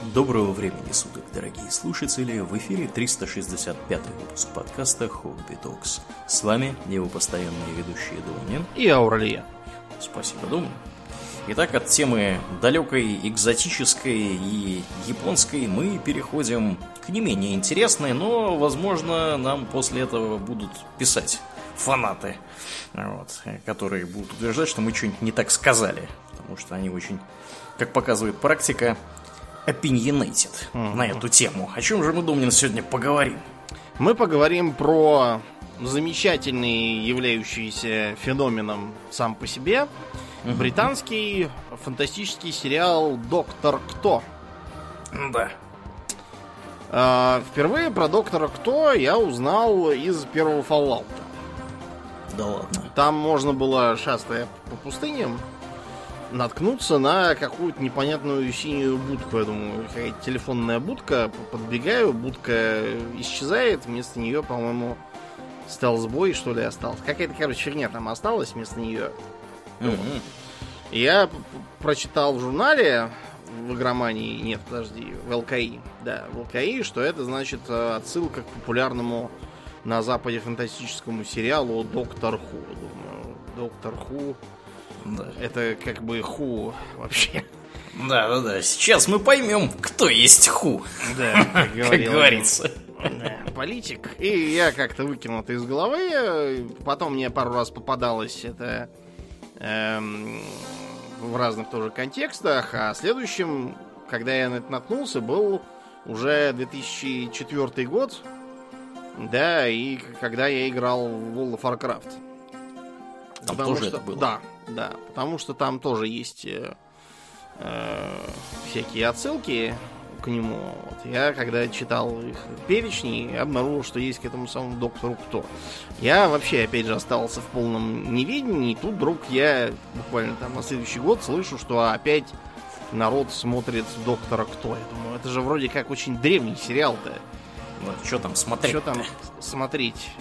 Доброго времени суток, дорогие слушатели! В эфире 365-й выпуск подкаста Hobby Talks. С вами его постоянные ведущие Домнин и Ауралия. Спасибо, Домнин. Итак, от темы далекой, экзотической и японской мы переходим к не менее интересной, но, возможно, нам после этого будут писать фанаты, которые будут утверждать, что мы что-нибудь не так сказали, потому что они очень, как показывает практика, opinionated на эту тему. О чем же мы, Домнин, сегодня поговорим? Мы поговорим про замечательный, являющийся феноменом сам по себе, британский фантастический сериал «Доктор Кто». Да. Впервые про «Доктора Кто» я узнал из первого Fallout. Да ладно. Там можно было, шастая по пустыням, наткнуться на какую-то непонятную синюю будку. Я думаю, какая-то телефонная будка. Подбегаю, будка исчезает. Вместо нее, по-моему, стелс-бой, что ли, остался. Какая-то, короче, фигня там осталась вместо нее. Я прочитал в журнале в игромании, нет, подожди, в ЛКИ. Да, в ЛКИ, что это, значит, отсылка к популярному на Западе фантастическому сериалу «Доктор Ху». Думаю, «Доктор Ху». Да. Это как бы Ху вообще. Да. Сейчас мы поймем, кто есть Ху. Да, как говорится. Да, политик. И я как-то выкинул это из головы. Потом мне пару раз попадалось это в разных тоже контекстах. А следующим, когда я на это наткнулся, был уже 2004 год. Да, и когда я играл в World of Warcraft. Там тоже это было? Да, потому что там тоже есть всякие отсылки к нему. Вот. Я, когда читал их перечни, обнаружил, что есть к этому самому Доктору Кто. Я вообще, опять же, остался в полном неведении. И тут вдруг я буквально там на следующий год слышу, что опять народ смотрит Доктора Кто. Я думаю, это же вроде как очень древний сериал-то. Вот, что там смотреть? Что там смотреть?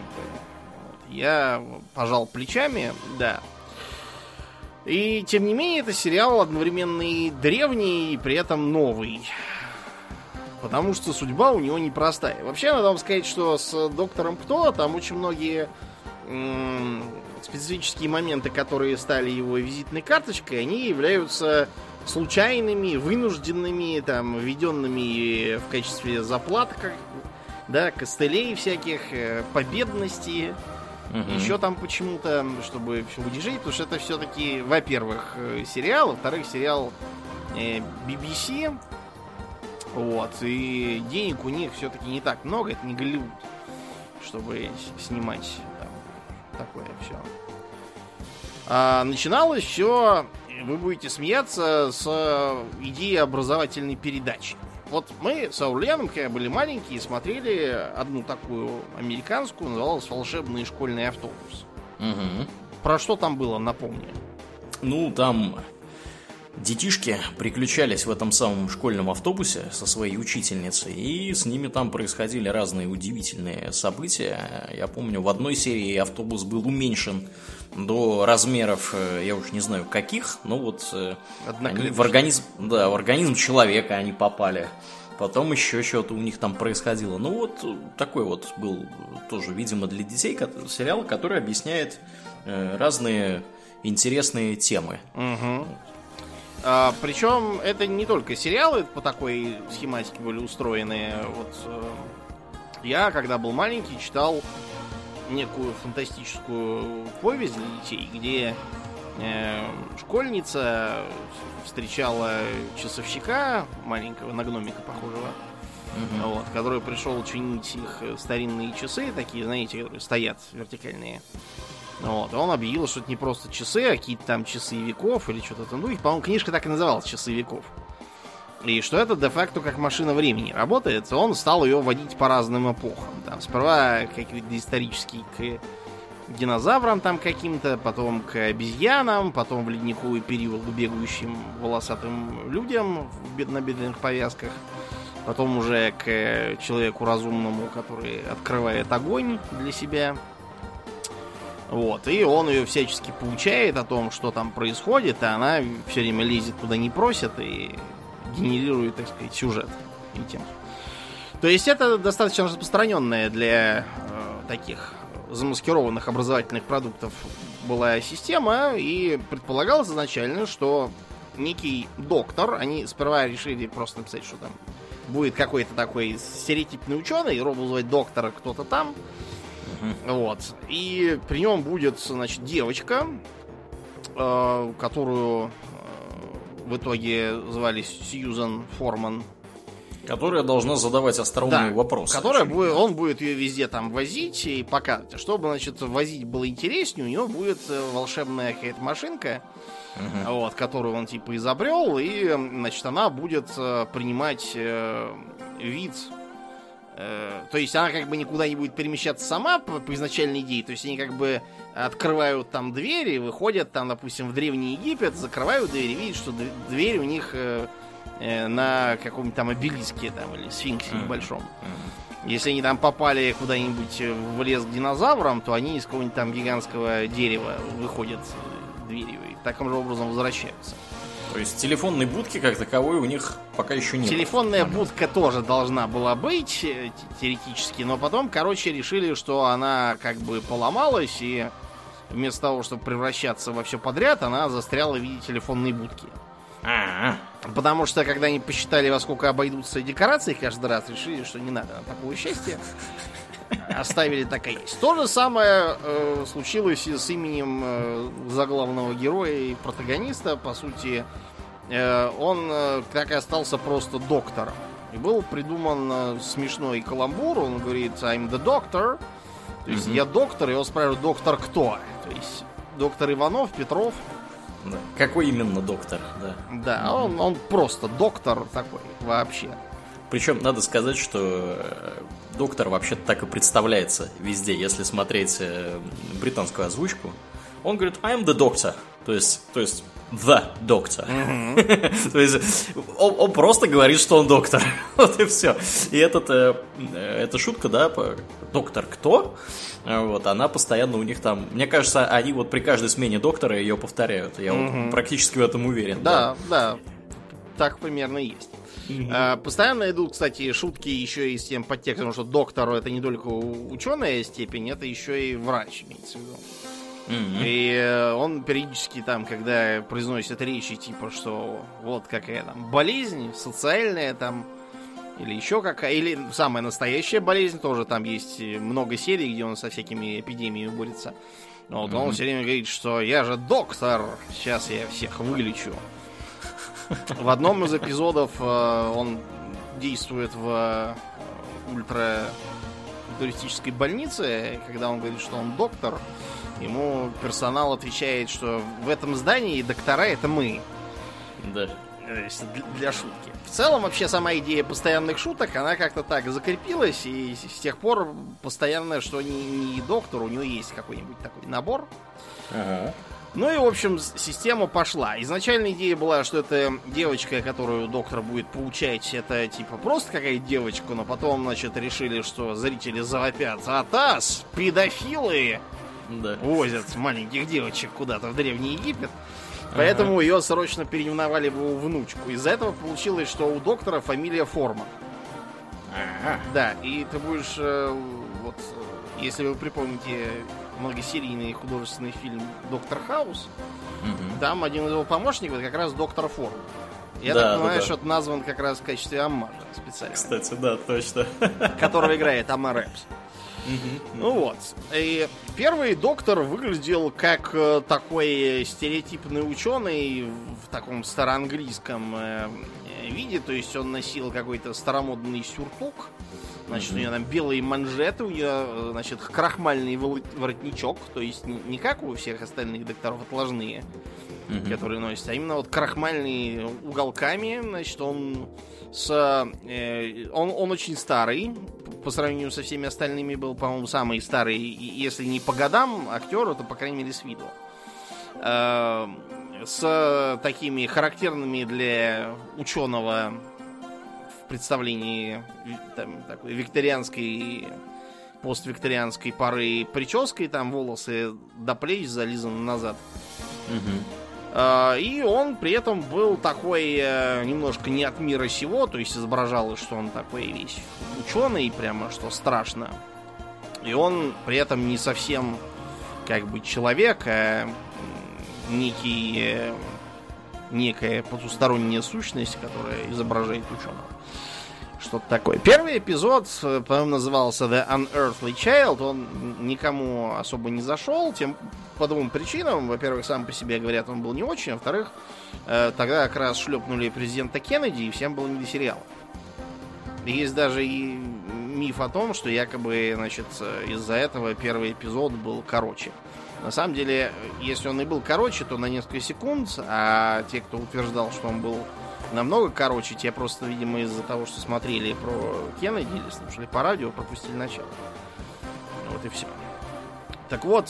Я пожал плечами, да. И, тем не менее, это сериал одновременно и древний, и при этом новый. Потому что судьба у него непростая. Вообще, надо вам сказать, что с Доктором Кто там очень многие специфические моменты, которые стали его визитной карточкой, они являются случайными, вынужденными, там, введенными в качестве заплат, да, костылей всяких, победности. Еще там почему-то, чтобы все удержать, потому что это все-таки, во-первых, сериал, во-вторых, сериал BBC. Вот, и денег у них все-таки не так много, это не Голливуд, чтобы снимать там такое все. А начиналось все, вы будете смеяться, с идеи образовательной передачи. Вот мы с Аурлианом, когда были маленькие, смотрели одну такую американскую, называлась «Волшебный школьный автобус». Про что там было, напомню? Ну, там детишки приключались в этом самом школьном автобусе со своей учительницей, и с ними там происходили разные удивительные события. Я помню, в одной серии автобус был уменьшен до размеров, я уж не знаю каких, но вот они в организм человека они попали. Потом еще что-то у них там происходило. Ну вот такой вот был тоже, видимо, для детей сериал, который объясняет разные интересные темы. Причем это не только сериалы по такой схематике были устроены. Вот я, когда был маленький, читал некую фантастическую повесть для детей, где школьница встречала часовщика маленького, на гномика похожего, вот, который пришел чинить их старинные часы, такие, знаете, которые стоят вертикальные. Вот, он объявил, что это не просто часы, а какие-то там часы веков или что-то там. Ну, их, по-моему, книжка так и называлась «Часы веков». И что это де-факто как машина времени работает. Он стал ее водить по разным эпохам. Там сперва какие-то исторические к динозаврам там каким-то, потом к обезьянам, потом в ледниковый период к бегающим волосатым людям на бедренных повязках, потом уже к человеку разумному, который открывает огонь для себя. Вот, и он ее всячески поучает о том, что там происходит, а она все время лезет куда не просит и генерирует, так сказать, сюжет этим. То есть это достаточно распространенная для таких замаскированных образовательных продуктов была система, и предполагалось изначально, что некий доктор, они сперва решили просто написать, что там будет какой-то такой стереотипный ученый, робот звать доктора кто-то там, вот, и при нем будет, значит, девочка, которую в итоге звали Сьюзан Форман, которая должна задавать остроумные вопросы. Он будет ее везде там возить и показывать. Чтобы, значит, возить было интереснее, у него будет волшебная какая-то машинка, вот, которую он типа изобрел, и, значит, она будет принимать вид. То есть она как бы никуда не будет перемещаться сама по изначальной идее. То есть они как бы открывают там двери, выходят там, допустим, в Древний Египет, закрывают двери, видят, что дверь у них на каком-нибудь там обелиске там, или сфинксе небольшом. Если они там попали куда-нибудь в лес к динозаврам, то они из какого-нибудь там гигантского дерева выходят дверью и таким же образом возвращаются. То есть телефонной будки как таковой у них пока еще нет. Телефонная будка тоже должна была быть теоретически, но потом, короче, решили, что она как бы поломалась, и вместо того, чтобы превращаться во все подряд, она застряла в виде телефонной будки. Потому что, когда они посчитали, во сколько обойдутся декорации каждый раз, решили, что не надо нам такого счастья. Оставили так и есть. То же самое случилось и с именем заглавного героя и протагониста. По сути, он так и остался просто доктором. И был придуман смешной каламбур. Он говорит: I'm the doctor. То есть я доктор, и его спрашивают: доктор кто? То есть доктор Иванов, Петров. Да. Какой именно доктор? Да, он просто доктор такой вообще. Причем надо сказать, что доктор вообще-то так и представляется везде. Если смотреть британскую озвучку, он говорит I'm the doctor. То есть the doctor. То есть он просто говорит, что он доктор. Вот и все. И эта шутка, да, доктор кто? Вот, она постоянно у них там. Мне кажется, они вот при каждой смене доктора ее повторяют. Я вот практически в этом уверен. Да, так примерно и есть. Постоянно идут, кстати, шутки еще и с тем подтекстом, что доктор — это не только ученая степень, это еще и врач, имеется в виду. И он периодически там, когда произносит речи, типа, что вот какая там болезнь социальная там, или еще какая, или самая настоящая болезнь, тоже там есть много серий, где он со всякими эпидемиями борется. Вот, он все время говорит, что я же доктор, сейчас я всех вылечу. В одном из эпизодов он действует в ультратуристической больнице. Когда он говорит, что он доктор, ему персонал отвечает, что в этом здании доктора — это мы. Да. Для шутки. В целом, вообще, сама идея постоянных шуток, она как-то так закрепилась, и с тех пор постоянно, что не доктор, у него есть какой-нибудь такой набор. Ну и, в общем, система пошла. Изначальная идея была, что это девочка, которую доктор будет поучать, это типа просто какая-то девочка, но потом, значит, решили, что зрители завопят: «Атас! Педофилы!» возят маленьких девочек куда-то в Древний Египет. Поэтому ее срочно переименовали в его внучку. Из-за этого получилось, что у доктора фамилия Форман. Да, и ты будешь... вот, если вы припомните многосерийный художественный фильм «Доктор Хаус», там один из его помощников — это как раз доктор Форман. Я так понимаю, что это назван как раз в качестве аммажа специально. Кстати, да, точно. Которого играет Амар Эпс. Ну вот. И первый доктор выглядел как такой стереотипный ученый в таком староанглийском виде. То есть он носил какой-то старомодный сюртук. Значит, у него там белые манжеты, у него, значит, крахмальный воротничок. То есть не как у всех остальных докторов отложные, которые носят, а именно вот крахмальные уголками. Значит, он очень старый. По сравнению со всеми остальными был, по-моему, самый старый, если не по годам актеру, то, по крайней мере, с виду. С такими характерными для ученого в представлении там, такой викторианской, поствикторианской поры прической, там волосы до плеч зализаны назад. И он при этом был такой немножко не от мира сего, то есть изображалось, что он такой весь ученый, прямо что страшно. И он при этом не совсем как бы человек, а некая потусторонняя сущность, которая изображает ученого. Что-то такое. Первый эпизод, по-моему, назывался The Unearthly Child. Он никому особо не зашел, по двум причинам. Во-первых, сам по себе, говорят, он был не очень. А во-вторых, тогда как раз шлепнули президента Кеннеди, и всем было не до сериала. Есть даже и миф о том, что якобы, значит, из-за этого первый эпизод был короче. На самом деле, если он и был короче, то на несколько секунд, а те, кто утверждал, что он был намного короче, те просто, видимо, из-за того, что смотрели про Кеннеди или слушали по радио, пропустили начало. Вот и все. Так вот,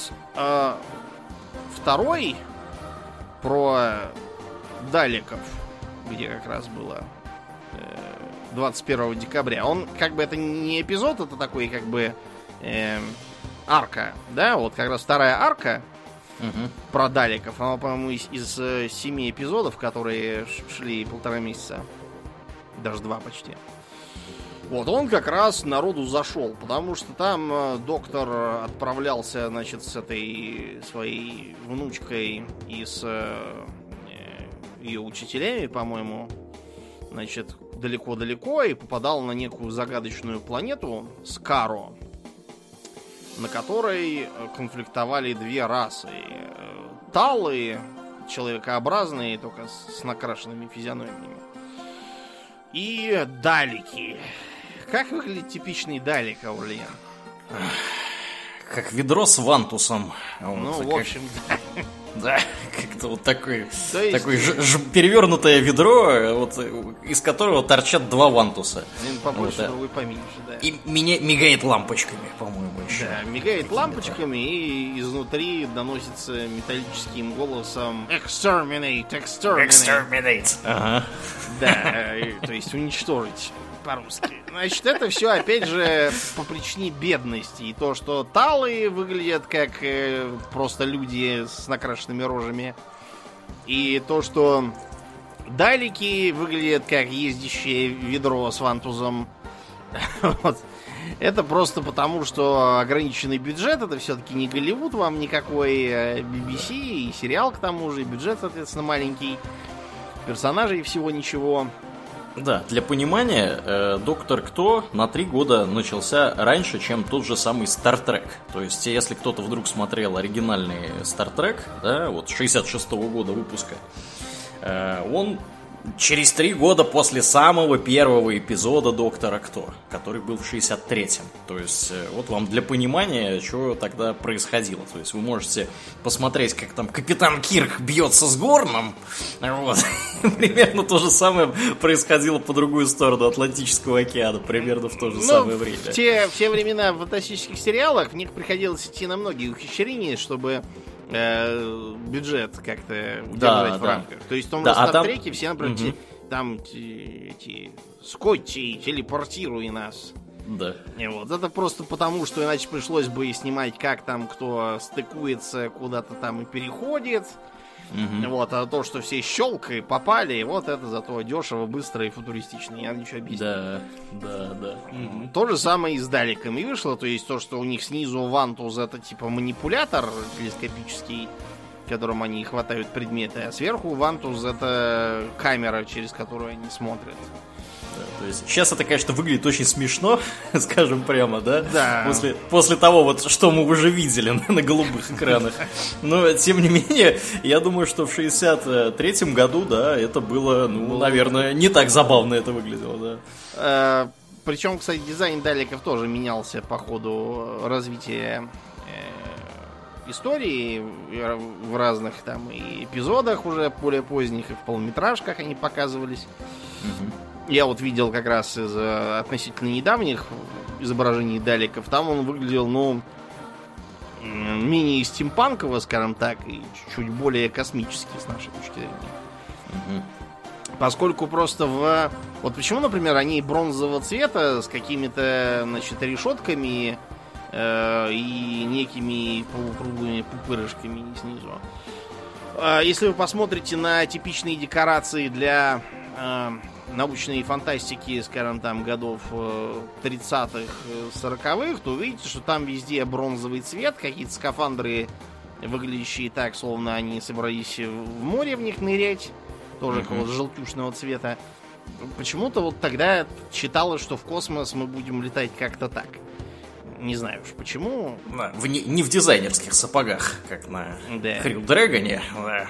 второй про Далеков, где как раз было 21 декабря. Он, как бы, это не эпизод, это такой, как бы, арка, да? Вот как раз вторая арка про Далеков. Она, по-моему, из 7 эпизодов, которые шли 1,5 месяца. Даже 2 почти. Вот, он как раз народу зашел, потому что там доктор отправлялся, значит, с этой своей внучкой и с ее учителями, по-моему, значит, далеко-далеко, и попадал на некую загадочную планету Скаро, на которой конфликтовали две расы. Таллы, человекообразные, только с накрашенными физиономиями, и далеки. Как выглядит типичный далек, Аурлиен? Как ведро с вантусом. Ну, вот, в общем, да. Да, как-то вот такое перевернутое ведро, вот, из которого торчат 2 вантуса. Один побольше, вот, другой поменьше, да. И мигает лампочками, по-моему, еще. Да, мигает лампочками, и изнутри доносится металлическим голосом Exterminate, exterminate. Exterminate. Ага. Да, то есть уничтожить по-русски. Значит, это все, опять же, по причине бедности. И то, что таллы выглядят как просто люди с накрашенными рожами. И то, что далеки выглядят как ездящее ведро с вантузом. Вот. Это просто потому, что ограниченный бюджет. Это все-таки не Голливуд вам никакой, BBC и сериал к тому же. И бюджет, соответственно, маленький. Персонажей всего ничего. Да, для понимания, Доктор Кто на 3 года начался раньше, чем тот же самый Star Trek. То есть, если кто-то вдруг смотрел оригинальный Star Trek, да, вот 66-го года выпуска, он через 3 года после самого первого эпизода Доктора Кто, который был в 63-м. То есть, вот вам для понимания, что тогда происходило. То есть, вы можете посмотреть, как там Капитан Кирк бьется с Горном. Вот. Примерно то же самое происходило по другую сторону Атлантического океана, примерно в то же самое время. В те времена в фантастических сериалах мне приходилось идти на многие ухищрения, чтобы бюджет как-то удержать в рамках. То есть в том же Стартреке все, например, там эти Скотти, телепортируй нас. Да. И вот это просто потому, что иначе пришлось бы снимать, как там кто стыкуется, куда-то там и переходит. Вот, а то, что все щелкой попали, вот это зато дешево, быстро и футуристично. Я ничего объяснить. Да. То же самое и с далеками вышло. То есть то, что у них снизу вантуз, это типа манипулятор телескопический, которым они хватают предметы, а сверху вантуз это камера, через которую они смотрят. Да, то есть сейчас это, конечно, выглядит очень смешно, скажем прямо, да? Да. После того, вот, что мы уже видели на голубых экранах. Но, тем не менее, я думаю, что в 63-м году, да, это было, наверное, не так забавно это выглядело, да. Причем, кстати, дизайн далеков тоже менялся по ходу развития истории в разных там и эпизодах уже более поздних, и в полнометражках они показывались. Я вот видел как раз из относительно недавних изображений далеков. Там он выглядел, менее стимпанково, скажем так, и чуть более космически, с нашей точки зрения. Поскольку просто вот почему, например, они бронзового цвета с какими-то, значит, решетками и некими полукруглыми пупырышками снизу. Если вы посмотрите на типичные декорации для научной фантастики, скажем, там, годов 30-х, 40-х, то увидите, что там везде бронзовый цвет, какие-то скафандры, выглядящие так, словно они собрались в море в них нырять, тоже какого-то желтушного цвета. Почему-то вот тогда считалось, что в космос мы будем летать как-то так. Не знаю уж почему. Да, не в дизайнерских сапогах, как на Крю Дрэгоне. Да.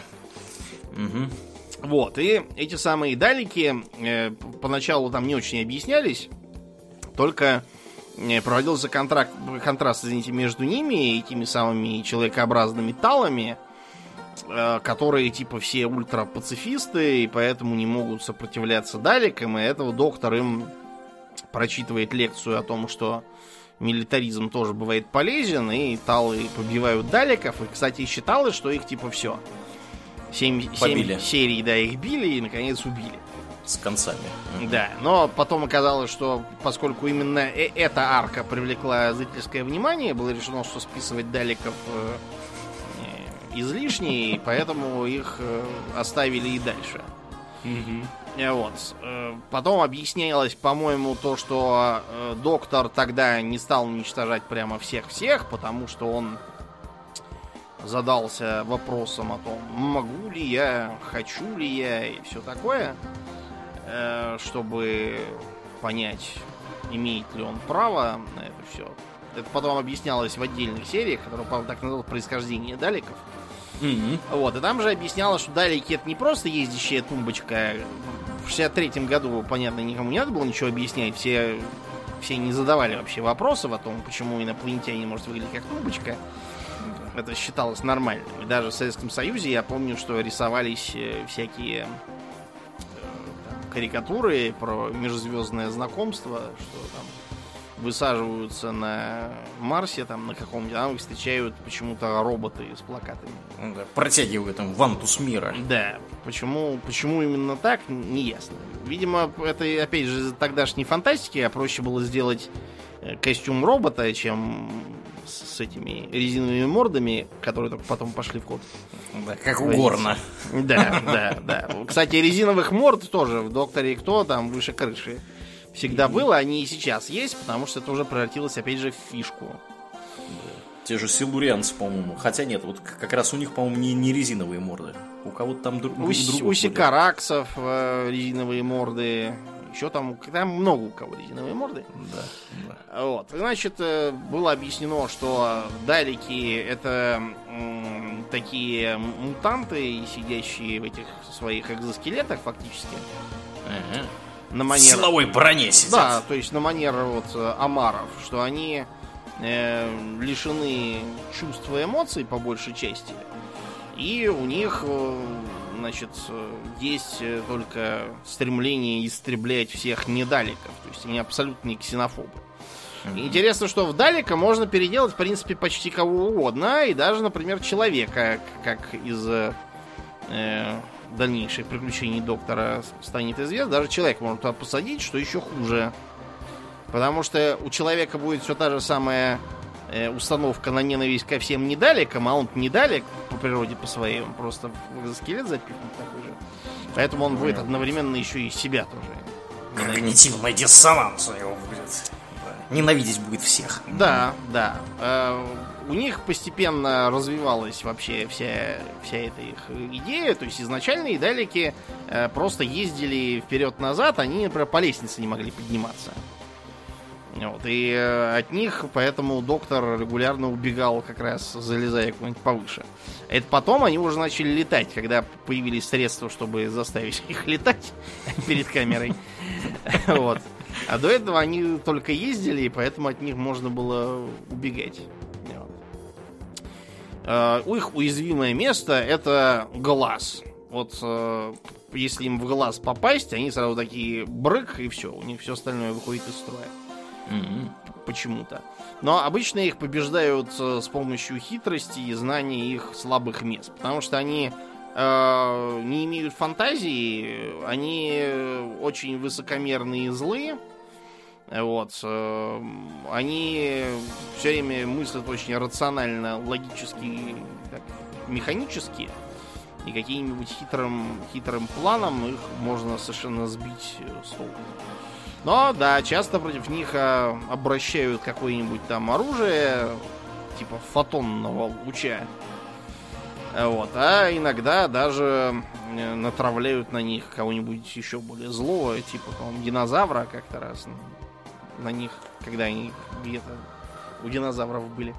Вот, и эти самые далеки поначалу там не очень объяснялись, только проводился контраст, извините, между ними и этими самыми человекообразными талами, которые типа все ультрапацифисты и поэтому не могут сопротивляться далекам, и этого доктор им прочитывает лекцию о том, что милитаризм тоже бывает полезен, и талы побивают далеков, и, кстати, считалось, что их типа все. 7 серий, да, их били и, наконец, убили. С концами. Да, но потом оказалось, что поскольку именно эта арка привлекла зрительское внимание, было решено, что списывать далеков излишне, и поэтому их оставили и дальше. Вот. Потом объяснялось, по-моему, то, что доктор тогда не стал уничтожать прямо всех-всех, потому что он задался вопросом о том, могу ли я, хочу ли я и все такое, чтобы понять, имеет ли он право на это все. Это потом объяснялось в отдельных сериях, которые, правда, так называют происхождение далеков. Вот, и там же объяснялось, что далеки это не просто ездящая тумбочка. В 63-м году, понятно, никому не надо было ничего объяснять. Все не задавали вообще вопросов о том, почему инопланетянин может выглядеть как тумбочка. Это считалось нормальным. И даже в Советском Союзе я помню, что рисовались всякие карикатуры про межзвездное знакомство, что там высаживаются на Марсе, там на каком-нибудь, а их встречают почему-то роботы с плакатами. Да, протягивают им вантус мира. Да, почему именно так, не ясно. Видимо, это, опять же, из тогдашней фантастики, а проще было сделать костюм робота, чем с этими резиновыми мордами, которые только потом пошли в ход. Да, как у Горна. Да. Кстати, резиновых морд тоже в «Докторе Кто» там выше крыши всегда было, они и сейчас есть, потому что это уже превратилось, опять же, в фишку. Те же силурианцы, по-моему. Хотя нет, вот как раз у них, по-моему, не резиновые морды. У кого-то там у сикараксов резиновые морды. Еще там много у кого резиновые морды. Да. Вот. Значит, было объяснено, что далеки это такие мутанты, сидящие в этих своих экзоскелетах фактически. Ага. На манер... В силовой броне сидят. Да, то есть на манер вот омаров, что они лишены чувства и эмоций по большей части. И у них, значит, есть только стремление истреблять всех недалеков. То есть они абсолютно не ксенофобы. Интересно, что в далека можно переделать, в принципе, почти кого угодно. И даже, например, человека, как из дальнейших приключений доктора станет известно. Даже человек можно туда посадить, что еще хуже. Потому что у человека будет все та же самая установка на ненависть ко всем недалекам, а он недалек по природе по своей, он просто в экзоскелет запихнут такой же. Поэтому он будет одновременно еще и себя тоже. Когнитивный диссонанс у него будет. Ненавидеть будет всех. Да. У них постепенно развивалась вообще вся эта их идея. То есть изначально далеки просто ездили вперед-назад, они, например, по лестнице не могли подниматься. Вот, и от них поэтому доктор регулярно убегал, как раз залезая куда-нибудь повыше. Это потом они уже начали летать, когда появились средства, чтобы заставить их летать перед камерой. Вот. А до этого они только ездили, и поэтому от них можно было убегать. Вот. Их уязвимое место — это глаз. Вот если им в глаз попасть, они сразу такие брык, и все, у них все остальное выходит из строя. Почему-то. Но обычно их побеждают с помощью хитрости и знания их слабых мест. Потому что они не имеют фантазии, они очень высокомерные и злые. Вот. Они все время мыслят очень рационально, логически, так, механически. и каким-нибудь хитрым планом их можно совершенно сбить с толку. Но, да, часто против них обращают какое-нибудь там оружие, типа фотонного луча. Вот. А иногда даже натравляют на них кого-нибудь еще более злого, типа, по-моему, динозавра как-то раз на них, когда они где-то у динозавров были.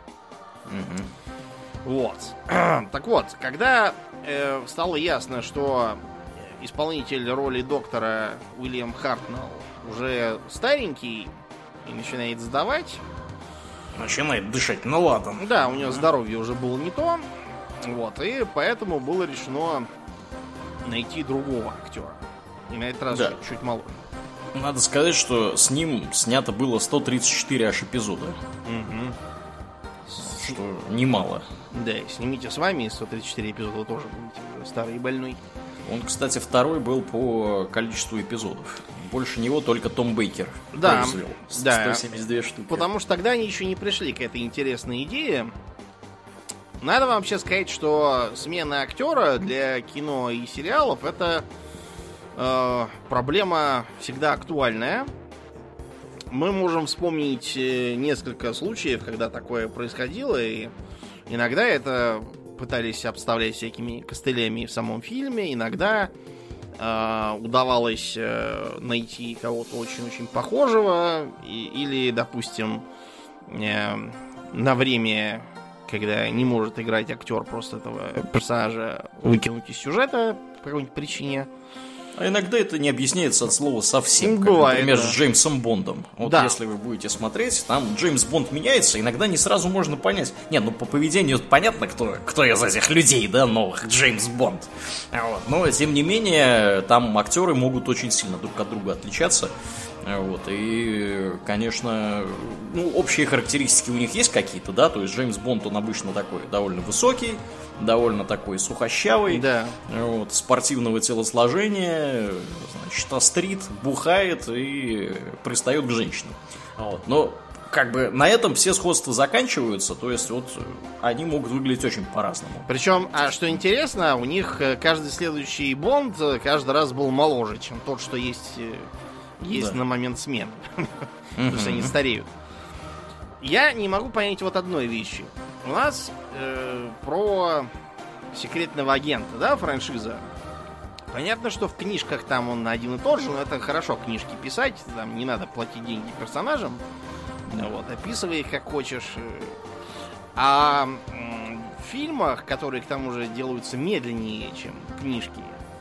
Вот. Так вот, когда стало ясно, что исполнитель роли доктора Уильям Хартнелл уже старенький и начинает сдавать. Начинает дышать, ну ладно. Да, у него здоровье уже было не то. Вот, и поэтому было решено найти другого актера. И на этот раз чуть моложе. Надо сказать, что с ним снято было 134 аж эпизода. Что немало. Да, снимите с вами 134 эпизода, тоже будете уже старый и больной. Он, кстати, второй был по количеству эпизодов. Больше него только Том Бейкер произвел. Да, 172 штуки. Потому что тогда они еще не пришли к этой интересной идее. Надо вам вообще сказать, что смена актера для кино и сериалов это проблема всегда актуальная. Мы можем вспомнить несколько случаев, когда такое происходило, и иногда это пытались обставлять всякими костылями в самом фильме, иногда удавалось найти кого-то очень-очень похожего, или, допустим, на время, когда не может играть актер, просто этого персонажа выкинуть из сюжета по какой-нибудь причине. А иногда это не объясняется от слова совсем. Бывает, например, да. С Джеймсом Бондом. Вот если вы будете смотреть, там Джеймс Бонд меняется, иногда не сразу можно понять. Не, ну по поведению понятно, кто из этих людей, да, новых, Джеймс Бонд. Вот. Но, тем не менее, там актеры могут очень сильно друг от друга отличаться. Вот. И, конечно, общие характеристики у них есть какие-то, да, то есть Джеймс Бонд, он обычно такой довольно высокий, довольно такой сухощавый, да. Вот, спортивного телосложения, значит, острит, бухает и пристает к женщинам. Вот. Но как бы на этом все сходства заканчиваются, то есть вот они могут выглядеть очень по-разному. Причем, что интересно, у них каждый следующий Бонд каждый раз был моложе, чем тот, что есть на момент смены. То есть они стареют. Я не могу понять вот одной вещи. У нас про секретного агента, да, франшиза. Понятно, что в книжках там он один и тот же, но это хорошо книжки писать, там не надо платить деньги персонажам. Вот, описывай их как хочешь. А в фильмах, которые к тому же делаются медленнее, чем книжки,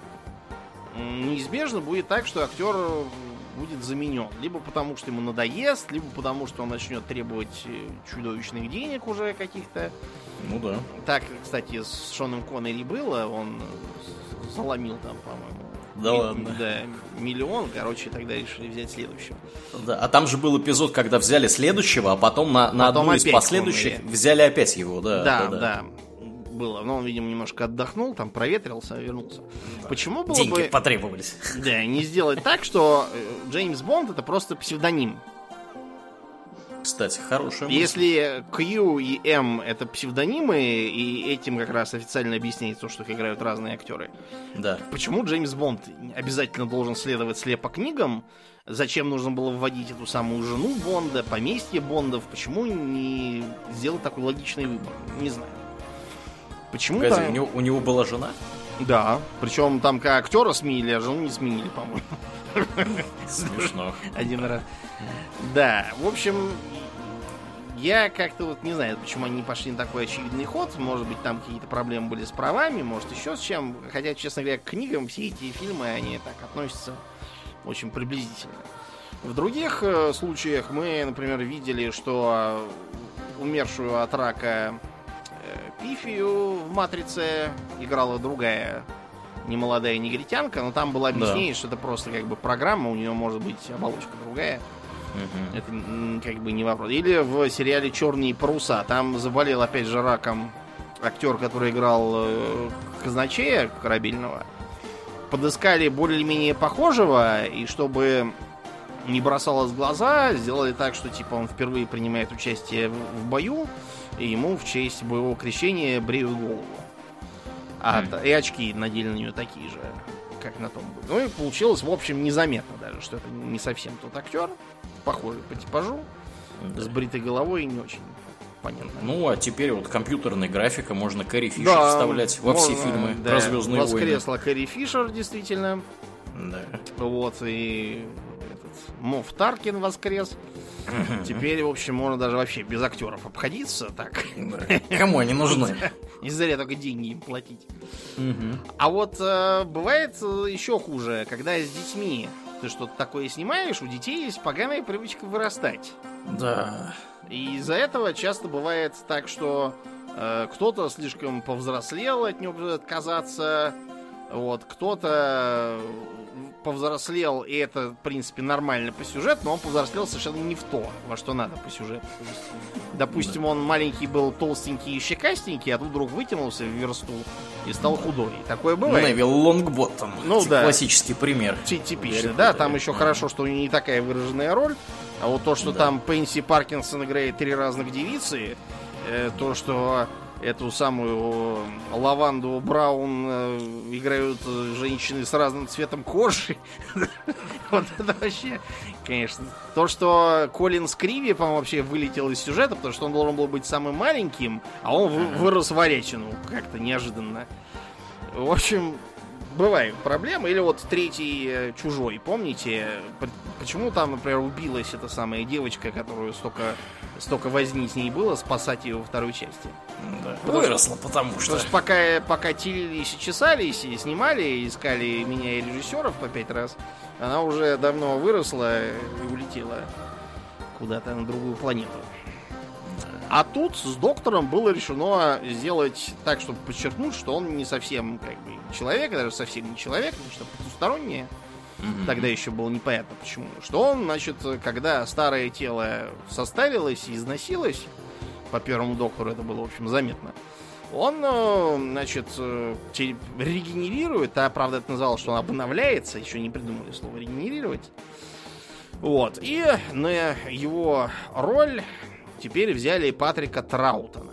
неизбежно будет так, что актер будет заменен. Либо потому, что ему надоест, либо потому, что он начнет требовать чудовищных денег уже каких-то. Ну да. Так, кстати, с Шоном Коннери было. Он заломил там, по-моему. Да ладно. Да, миллион. Короче, тогда решили взять следующего. Да, а там же был эпизод, когда взяли следующего, а потом на одну из последующих взяли опять его. Да. Было. Но он, видимо, немножко отдохнул, там проветрился, вернулся. Да. Почему было деньги потребовались. Да, не сделать так, что Джеймс Бонд это просто псевдоним. Кстати, хорошая мысль. Если Q и M это псевдонимы, и этим как раз официально объясняется, что их играют разные актеры. Да. Почему Джеймс Бонд обязательно должен следовать слепо книгам? Зачем нужно было вводить эту самую жену Бонда, поместье Бондов? Почему не сделать такой логичный выбор? Не знаю. Почему-то... Погоди, у него была жена? Да, причем там как актера сменили, а жену не сменили, по-моему. Смешно. Один раз. Да, в общем, я как-то вот не знаю, почему они не пошли на такой очевидный ход. Может быть, там какие-то проблемы были с правами, может, еще с чем. Хотя, честно говоря, к книгам все эти фильмы, они так относятся очень приблизительно. В других случаях мы, например, видели, что умершую от рака Пифию в «Матрице» играла другая немолодая негритянка, но там было объяснение, что это просто как бы программа, у нее может быть оболочка другая. Это как бы не вопрос. Или в сериале «Черные паруса». Там заболел опять же раком актер, который играл казначея корабельного. Подыскали более-менее похожего, и чтобы не бросалось в глаза, сделали так, что типа он впервые принимает участие в бою, и ему в честь боевого крещения бреют голову. И очки надели на нее такие же, как на том были. Ну и получилось, в общем, незаметно даже, что это не совсем тот актер, похожий по типажу, с бритой головой, не очень понятно. Ну, а теперь вот компьютерная графика, можно Кэрри Фишер вставлять во все фильмы про «Звездные войны». Воскресла Кэрри Фишер, действительно. Да. Вот, и этот Мофф Таркин воскрес. Теперь, в общем, можно даже вообще без актеров обходиться. Так. Да. Кому они нужны? Не зря только деньги им платить. А вот бывает еще хуже, когда с детьми ты что-то такое снимаешь, у детей есть поганая привычка вырастать. Да. И из-за этого часто бывает так, что кто-то слишком повзрослел, от него придется отказаться. Вот, кто-то повзрослел, и это, в принципе, нормально по сюжету, но он повзрослел совершенно не в то, во что надо по сюжету. Допустим, он маленький был, толстенький и щекастенький, а тут вдруг вытянулся в версту и стал худой. Такое бывает. Невил Лонгботтом. Ну да. Классический пример. Типичный, да. Там еще хорошо, что у него не такая выраженная роль. А вот то, что там Пенси Паркинсон играет 3 разных девицы, то, что эту самую Лаванду Браун играют женщины с разным цветом кожи. Вот это вообще, конечно. То, что Колин Скриви, по-моему, вообще вылетел из сюжета, потому что он должен был быть самым маленьким, а он вырос в Оречину как-то неожиданно. В общем, бывают проблемы. Или вот третий «Чужой», помните? Почему там, например, убилась эта самая девочка, которую столько возни с ней было, спасать ее во второй части? Да. Выросла, потому что пока тилились и чесались, и снимали, и искали меня и режиссеров по 5 раз, она уже давно выросла и улетела куда-то на другую планету. А тут с доктором было решено сделать так, чтобы подчеркнуть, что он не совсем как бы человек, даже совсем не человек, что потустороннее. Тогда еще было непонятно почему. Что он, значит, когда старое тело состарилось и износилось, по первому доктору это было, в общем, заметно, он, значит, регенерирует, а правда это называлось, что он обновляется, еще не придумали слово регенерировать. Вот. И на его роль теперь взяли Патрика Траутона.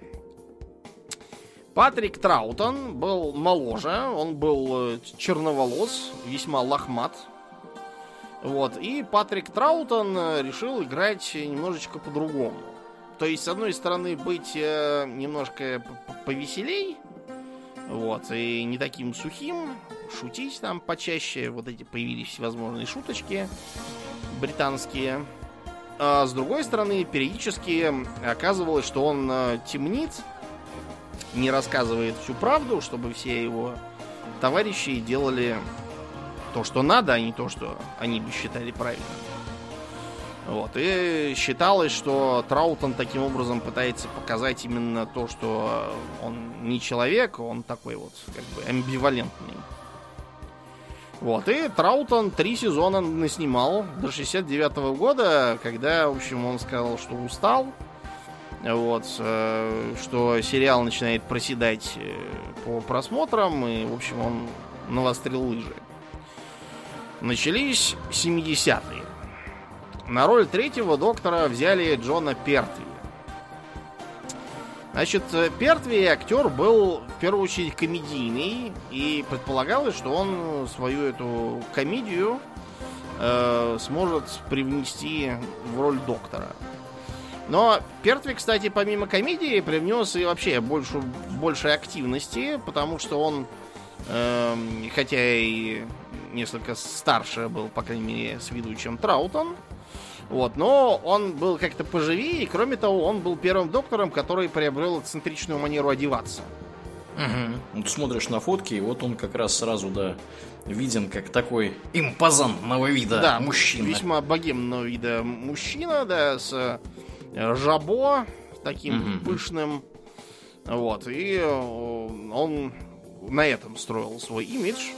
Патрик Траутон был моложе, он был черноволос, весьма лохмат. Вот. И Патрик Траутон решил играть немножечко по-другому. То есть, с одной стороны, быть немножко повеселей, вот, и не таким сухим, шутить там почаще. Вот эти появились всевозможные шуточки британские. А с другой стороны, периодически оказывалось, что он темнит, не рассказывает всю правду, чтобы все его товарищи делали то, что надо, а не то, что они бы считали правильным. Вот. И считалось, что Траутон таким образом пытается показать именно то, что он не человек, он такой вот как бы амбивалентный. Вот. И Траутон 3 сезона наснимал до 69 года, когда, в общем, он сказал, что устал. Вот, что сериал начинает проседать по просмотрам, и, в общем, он навострил лыжи. Начались 70-е. На роль 3-го доктора взяли Джона Пертви. Значит, Пертви актер был в первую очередь комедийный, и предполагалось, что он свою эту комедию сможет привнести в роль доктора. Но Пертви, кстати, помимо комедии привнес и вообще больше активности, потому что он, хотя и несколько старше был, по крайней мере, с виду, чем Траутон, вот, но он был как-то поживее, и, кроме того, он был первым доктором, который приобрел эксцентричную манеру одеваться. Вот смотришь на фотки, и вот он как раз сразу, да, виден как такой импозантного вида мужчина. Весьма богемного вида мужчина, да, с жабо таким пышным. Вот. И он на этом строил свой имидж.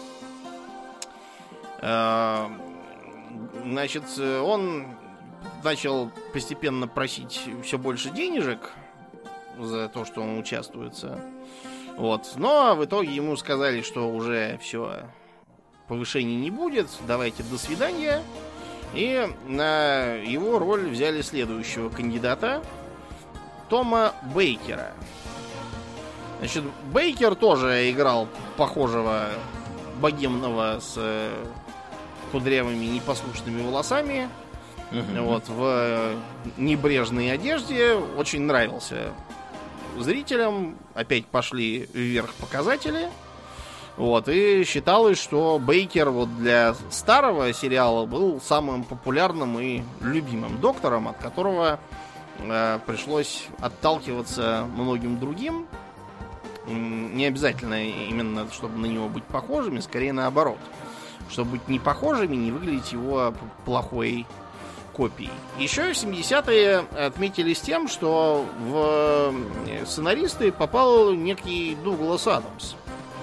Значит, он начал постепенно просить все больше денежек за то, что он участвуется. Вот. Но в итоге ему сказали, что уже все, повышений не будет, давайте до свидания. И на его роль взяли следующего кандидата, Тома Бейкера. Значит, Бейкер тоже играл похожего богемного с кудрявыми непослушными волосами. Вот, в небрежной одежде. Очень нравился зрителям. Опять пошли вверх показатели. Вот, и считалось, что Бейкер вот для старого сериала был самым популярным и любимым доктором, от которого пришлось отталкиваться многим другим. Не обязательно именно, чтобы на него быть похожими, скорее наоборот. Чтобы быть не похожими, не выглядеть его плохой копией. Еще в 70-е отметились тем, что в сценаристы попал некий Дуглас Адамс.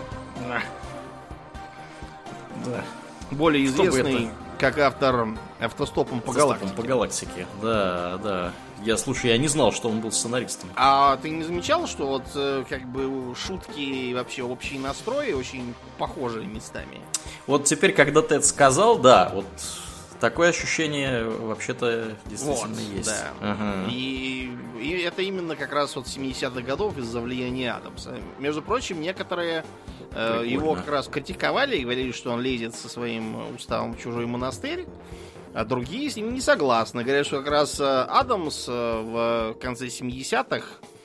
Да. Более известный как автор «Автостопом по галактике». По галактике, да. Я не знал, что он был сценаристом. А ты не замечал, что вот как бы шутки и вообще общий настрой очень похожи местами? Вот теперь, когда ты это сказал, да, вот такое ощущение вообще-то действительно вот, есть. Да. Ага. И это именно как раз от 70-х годов из-за влияния Адамса. Между прочим, некоторые его как раз критиковали и говорили, что он лезет со своим уставом в чужой монастырь, а другие с ним не согласны. Говорят, что как раз Адамс в конце 70-х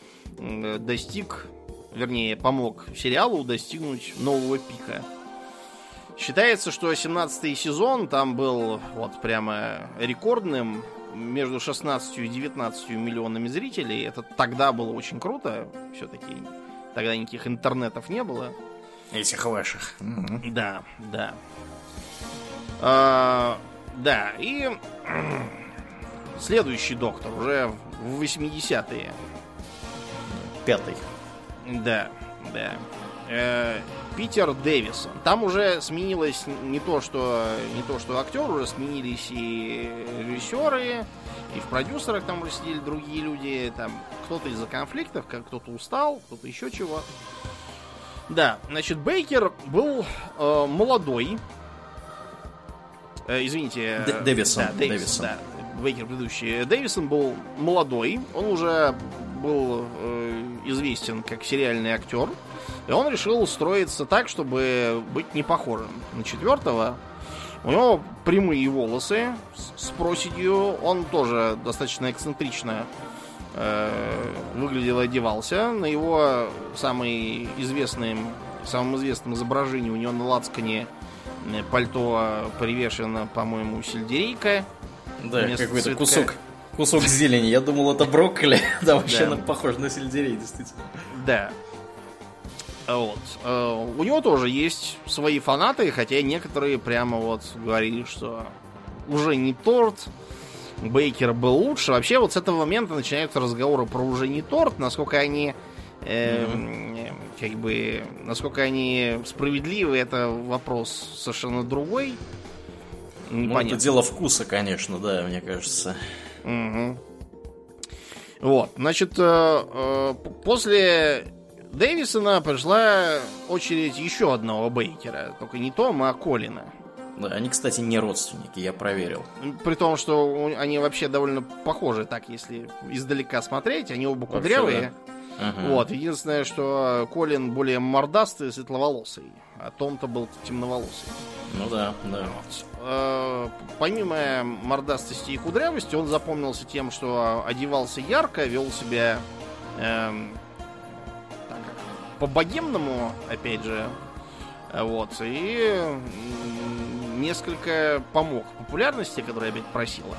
помог сериалу достигнуть нового пика. Считается, что 17-й сезон там был вот прямо рекордным, между 16 и 19 миллионами зрителей. Это тогда было очень круто. Все-таки тогда никаких интернетов не было. Этих ваших. Да. Да, и следующий доктор уже в 80-е. 5-й. Да. Питер Дэвисон. Там уже сменилось не то, что актер, уже сменились и режиссеры, и в продюсерах там уже сидели другие люди. Там кто-то из-за конфликтов, кто-то устал, кто-то еще чего. Да, значит, Бейкер был молодой. Извините. Дэвисон. Да, Дэвисон. Да. Бейкер предыдущий. Дэвисон был молодой. Он уже был известен как сериальный актер. И он решил устроиться так, чтобы быть не похожим на четвертого. У него прямые волосы с проседью. Он тоже достаточно эксцентрично выглядел и одевался. На его самым известным изображением у него на лацкане пальто привешено, по-моему, сельдерейка. Да, какой-то кусок зелени. Я думал, это брокколи. Да, вообще похоже на сельдерей, действительно. Да. Вот. У него тоже есть свои фанаты, хотя некоторые прямо вот говорили, что уже не торт, Бейкер был лучше. Вообще вот с этого момента начинаются разговоры про уже не торт, насколько они насколько они справедливы, это вопрос совершенно другой. Это дело вкуса, конечно, да, мне кажется. Угу. Вот, значит, после Дэвисона пришла очередь еще одного Бейкера. Только не Тома, а Колина. Да, они, кстати, не родственники, я проверил. При том, что они вообще довольно похожи, так, если издалека смотреть. Они оба кудрявые. Вообще, да. Ага. Вот, единственное, что Колин более мордастый и светловолосый, а Том-то был темноволосый. Ну да. Вот. Помимо мордастости и кудрявости, он запомнился тем, что одевался ярко, вел себя по-богемному, опять же. Вот. И несколько помог популярности, которая опять просила.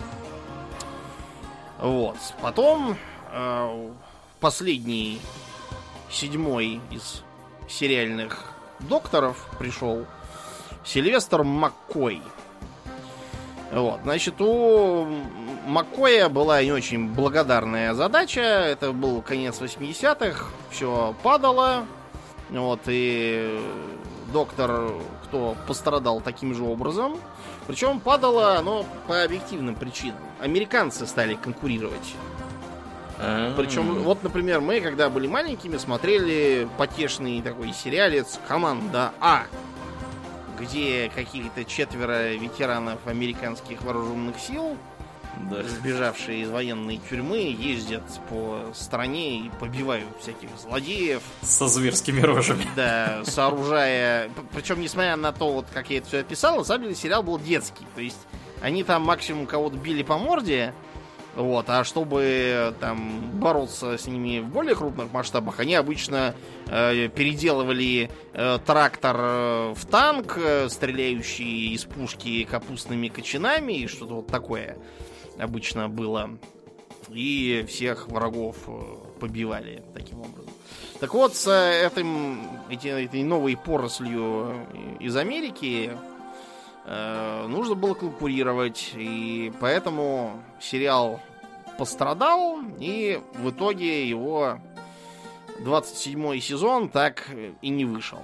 Вот. Потом последний, 7-й из сериальных докторов пришел Сильвестр Маккой. Вот, значит, у Маккоя была не очень благодарная задача. Это был конец 80-х, все падало. Вот, и доктор, кто пострадал таким же образом. Причем падало оно по объективным причинам. Американцы стали конкурировать. Причем, вот, например, мы, когда были маленькими, смотрели потешный такой сериалец «Команда А», где какие-то 4 ветеранов американских вооруженных сил Да. Сбежавшие из военной тюрьмы ездят по стране и побивают всяких злодеев. Со зверскими рожами. Да, сооружая... Причем, несмотря на то, вот как я это все описал, на самом деле сериал был детский. То есть они там максимум кого-то били по морде, вот, а чтобы там бороться с ними в более крупных масштабах, они обычно переделывали трактор в танк, стреляющий из пушки капустными кочанами, и что-то вот такое обычно было. И всех врагов побивали таким образом. Так вот, с этой новой порослью из Америки нужно было конкурировать, и поэтому сериал пострадал, и в итоге его 27-й сезон так и не вышел.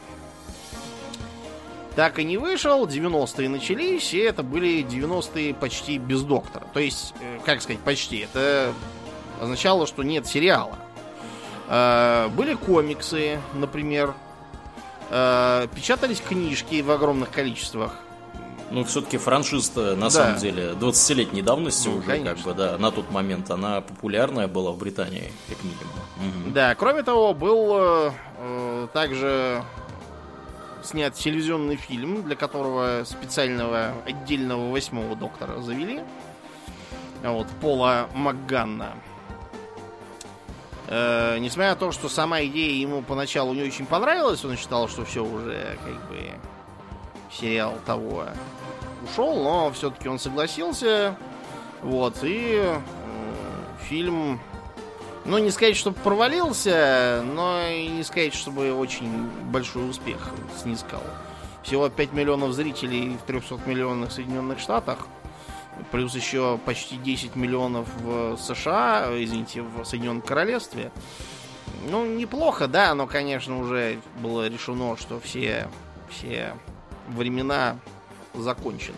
Так и не вышел, 90-е начались, и это были 90-е почти без доктора. То есть, как сказать, почти. Это означало, что нет сериала. Были комиксы, например. Печатались книжки в огромных количествах. Ну, все-таки франшиза, на самом деле, 20-летней давности уже, конечно. как бы, да, на тот момент она популярная была в Британии, как минимум. Угу. Да, кроме того, был также снят телевизионный фильм, для которого специального отдельного 8-го доктора завели. Вот, Пола Макганна. Несмотря на то, что сама идея ему поначалу не очень понравилась, он считал, что все уже, как бы, сериал того ушел, но все-таки он согласился. Вот, и фильм, ну, не сказать, что провалился, но и не сказать, чтобы очень большой успех снискал. Всего 5 миллионов зрителей в 300-миллионных Соединенных Штатах, плюс еще почти 10 миллионов в США, извините, в Соединенном Королевстве. Ну, неплохо, да, но, конечно, уже было решено, что все времена закончены.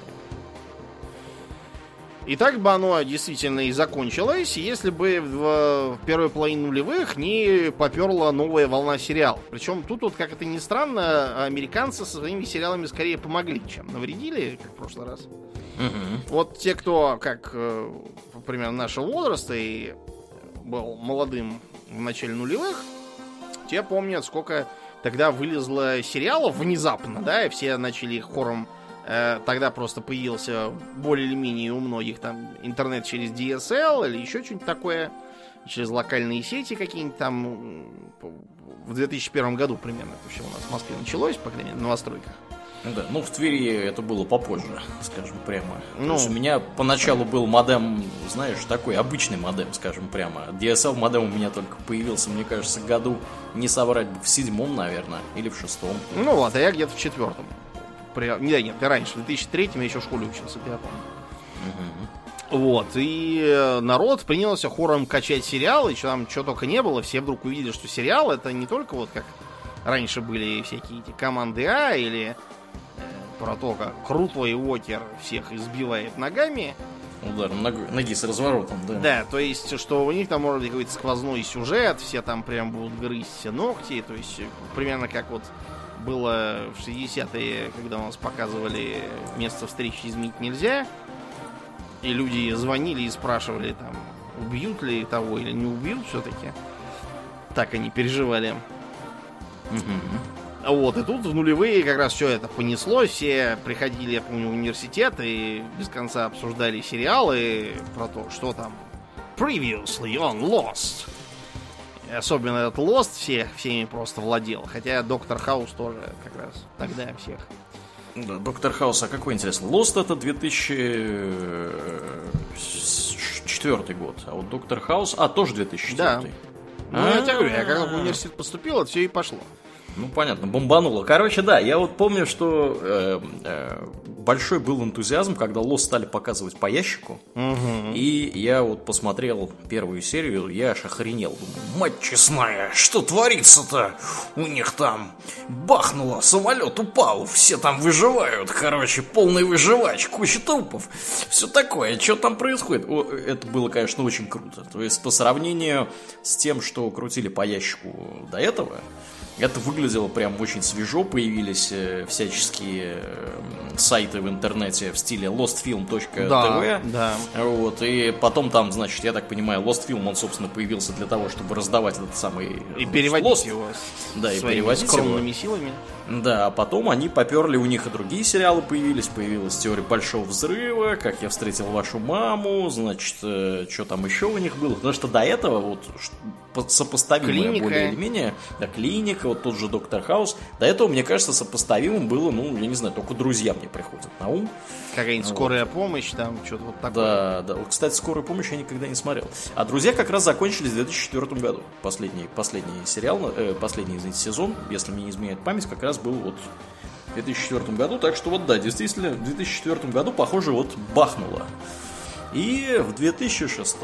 И так бы оно действительно и закончилось, если бы в первой половине нулевых не поперла новая волна сериалов. Причем тут вот, как это ни странно, американцы со своими сериалами скорее помогли, чем навредили, как в прошлый раз. Вот те, кто, как, примерно нашего возраста и был молодым в начале нулевых, те помнят, сколько тогда вылезло сериалов внезапно, да, и все начали хором. Тогда просто появился более или менее у многих там интернет через DSL или еще что-нибудь такое, через локальные сети какие-нибудь там. В 2001 году примерно это все у нас в Москве началось, по крайней мере, в новостройках. Да, ну в Твери это было попозже, скажем прямо. Ну, то есть у меня поначалу был модем, знаешь, такой обычный модем, скажем прямо. DSL модем у меня только появился, мне кажется, году, не соврать, в 7-м, наверное, или в 6-м. Ну вот, а я где-то в 4-м. Нет, я раньше, в 2003-м я еще в школе учился, я помню. Вот, и народ принялся хором качать сериалы, там чего только не было, все вдруг увидели, что сериал это не только вот как раньше были всякие эти команды А или про то, как крутой Уокер всех избивает ногами. Удар ноги с разворотом, да. Да, то есть, что у них там может быть какой-то сквозной сюжет, все там прям будут грызть ногти, то есть, примерно как вот было в 60-е, когда у нас показывали «Место встречи изменить нельзя», и люди звонили и спрашивали, там, убьют ли того или не убьют все-таки. Так они переживали. Вот, и тут в нулевые как раз все это понеслось. Все приходили, я помню, в университет и без конца обсуждали сериалы про то, что там Previously on Lost. И особенно этот Lost всеми просто владел. Хотя Доктор Хаус тоже как раз тогда всех. Да, Доктор Хаус, а какой интересно? Lost это 2004 год, а вот Доктор Хаус, тоже 2004. Да. Ну, я тебе говорю, я когда в университет поступил, это все и пошло. Ну, понятно, бомбануло. Короче, да, я вот помню, что большой был энтузиазм, когда Lost стали показывать по ящику. И я вот посмотрел первую серию, я аж охренел. Думаю, мать честная, что творится-то? У них там бахнуло, самолет упал, все там выживают. Короче, полный выживач, куча трупов. Все такое, что там происходит? Это было, конечно, очень круто. То есть, по сравнению с тем, что крутили по ящику до этого, Это выглядело прям очень свежо, появились всяческие сайты в интернете в стиле lostfilm.tv. Да. Вот, и потом там, значит, я так понимаю, Lost Film, он, собственно, появился для того, чтобы раздавать этот самый... И переводить его своими скромными силами. Да, а потом они поперли, у них и другие сериалы появились. Появилась «Теория большого взрыва», «Как я встретил вашу маму», значит, что там еще у них было. Потому что до этого вот сопоставимое более или менее, да, «Клиника», вот тот же «Доктор Хаус», до этого, мне кажется, сопоставимым было, ну, я не знаю, только «Друзья» мне приходят на ум. Какая-нибудь «Скорая помощь», там, что-то вот такое. Да, да. Вот, кстати, «Скорую помощь» я никогда не смотрел. А «Друзья» как раз закончились в 2004 году. Последний сериал, последний, извините, сезон, если мне не изменяет память, как раз был вот в 2004 году. Так что вот да, действительно, в 2004 году, похоже, вот бахнуло. И в 2006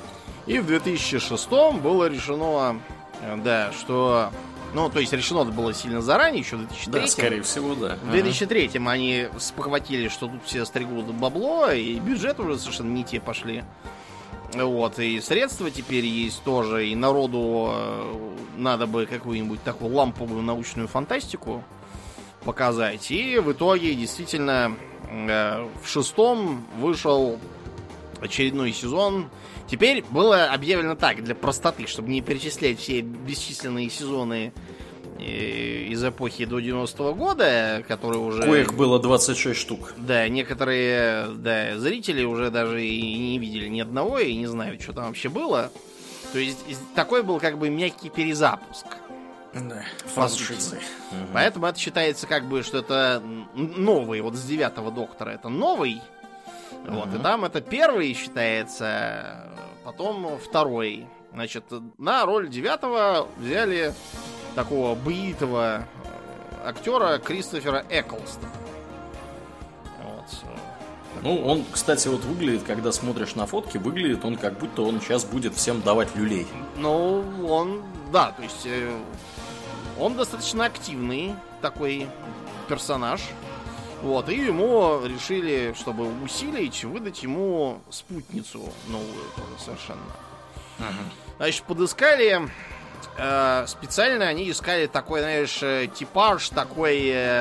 было решено, да, что... Ну, то есть решено это было сильно заранее, еще в 2003. Да, скорее всего, да. В 2003-м они спохватили, что тут все стригут бабло, и бюджет уже совершенно не те пошли. Вот, и средства теперь есть тоже, и народу надо бы какую-нибудь такую ламповую научную фантастику показать. И в итоге, действительно, в 6-м вышел очередной сезон. Теперь было объявлено так, для простоты, чтобы не перечислять все бесчисленные сезоны из эпохи до 90-го года, которые уже... Коих было 26 штук. Да, некоторые зрители уже даже и не видели ни одного, и не знают, что там вообще было. То есть такой был как бы мягкий перезапуск. Да, франшизы. Поэтому это считается как бы, что это новый, вот с 9-го Доктора это новый. Вот, и там это первый считается, потом второй. Значит, на роль 9-го взяли такого боевитого актера Кристофера Эклстона. Вот. Ну, он, кстати, вот выглядит, когда смотришь на фотки, выглядит он как будто он сейчас будет всем давать люлей. Ну, он, да, то есть он достаточно активный такой персонаж. Вот, и ему решили, чтобы усилить, выдать ему спутницу новую тоже совершенно. Значит, подыскали, специально они искали такой, знаешь, типаж такой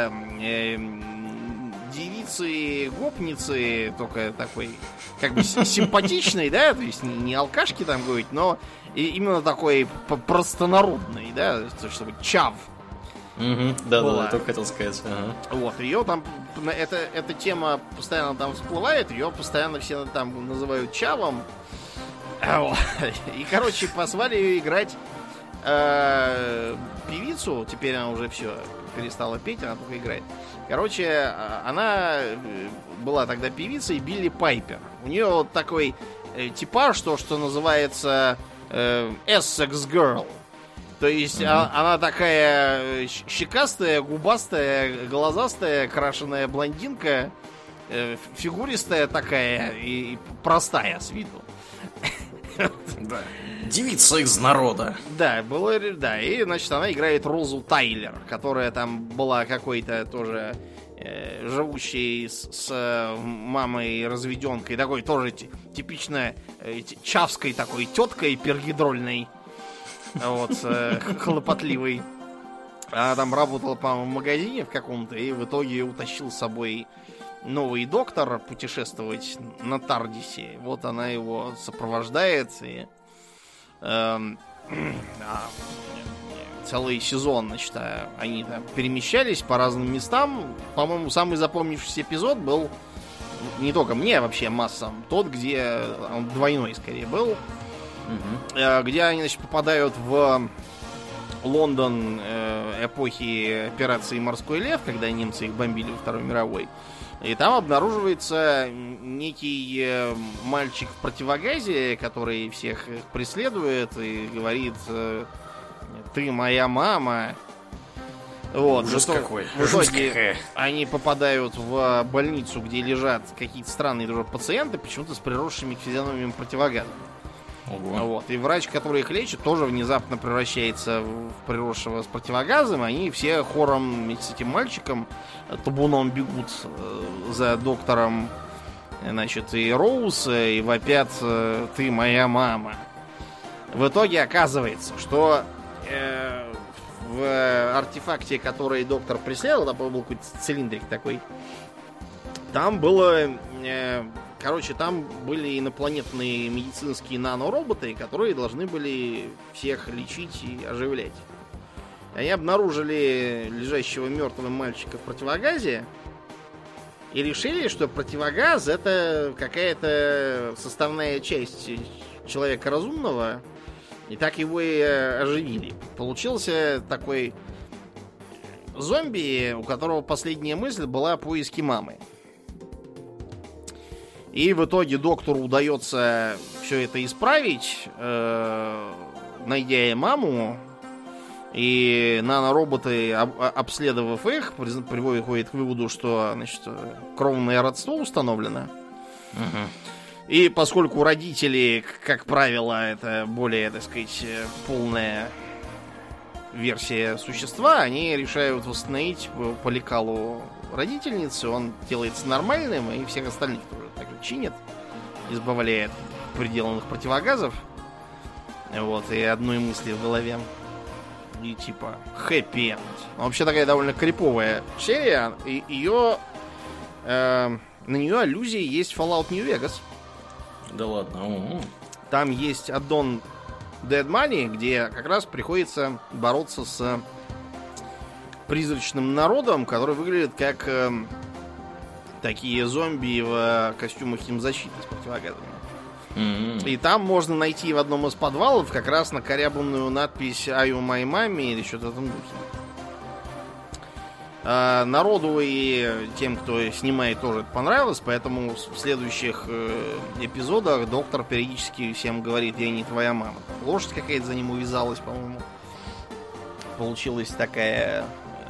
девицы-гопницы, только такой, как бы симпатичный, да, то есть не алкашки там говорить, но именно такой простонародный, да, чтобы чав. Да, только хотел сказать. Вот, ее там, эта тема постоянно там всплывает, ее постоянно все там называют чавом. И, короче, позвали ее играть певицу, теперь она уже все перестала петь, она только играет. Короче, она была тогда певицей Билли Пайпер. У нее вот такой типаж, что называется Essex Girl. То есть она такая щекастая, губастая, глазастая, крашеная блондинка, фигуристая такая и простая с виду. Да. Девица из народа. Да, было, да. И, значит, она играет Розу Тайлер, которая там была какой-то тоже живущей с мамой разведенкой, такой тоже типично чавской такой теткой пергидрольной. Вот, хлопотливый. Она там работала, по-моему, в магазине в каком-то, и в итоге утащил с собой новый доктор путешествовать на Тардисе. Вот она его сопровождает, и целый сезон, значит, они там перемещались по разным местам. По-моему, самый запомнившийся эпизод был, не только мне, а вообще массам, тот, где он двойной, скорее, был. Где они, значит, попадают в Лондон эпохи операции «Морской лев», когда немцы их бомбили во Второй мировой. И там обнаруживается некий мальчик в противогазе, который всех преследует и говорит: «Ты моя мама». Вот, ужас какой. В итоге они попадают в больницу, где лежат какие-то странные тоже пациенты, почему-то с приросшими к физиономиям противогазами. Вот. И врач, который их лечит, тоже внезапно превращается в приросшего с противогазом. Они все хором вместе с этим мальчиком табуном бегут за доктором, значит, и Роуз, и вопят: «Ты моя мама». В итоге оказывается, что в артефакте, который доктор преследовал, там был какой-то цилиндрик такой, там было... там были инопланетные медицинские нанороботы, которые должны были всех лечить и оживлять. Они обнаружили лежащего мертвым мальчика в противогазе и решили, что противогаз — это какая-то составная часть человека разумного, и так его и оживили. Получился такой зомби, у которого последняя мысль была о поиске мамы. И в итоге доктору удается все это исправить, найдя маму. И нанороботы, обследовав их, приводят к выводу, что, значит, кровное родство установлено. И поскольку родители, как правило, это более, так сказать, полная версия существа, они решают восстановить по лекалу родительницы. Он делается нормальным, и всех остальных тоже так же чинят, избавляет приделанных противогазов. Вот, и одной мысли в голове. И типа happy end. Вообще такая довольно криповая серия. И ее на нее аллюзии есть в Fallout New Vegas. Да ладно. Там есть аддон Dead Money, где как раз приходится бороться с призрачным народом, который выглядит как такие зомби в костюмах химзащиты с противогазами. И там можно найти в одном из подвалов как раз накорябанную надпись «Аю моей маме» или что-то в этом духе. Народу и тем, кто снимает, тоже это понравилось, поэтому в следующих эпизодах доктор периодически всем говорит: «Я не твоя мама». Лошадь какая-то за ним увязалась, по-моему. Получилась такая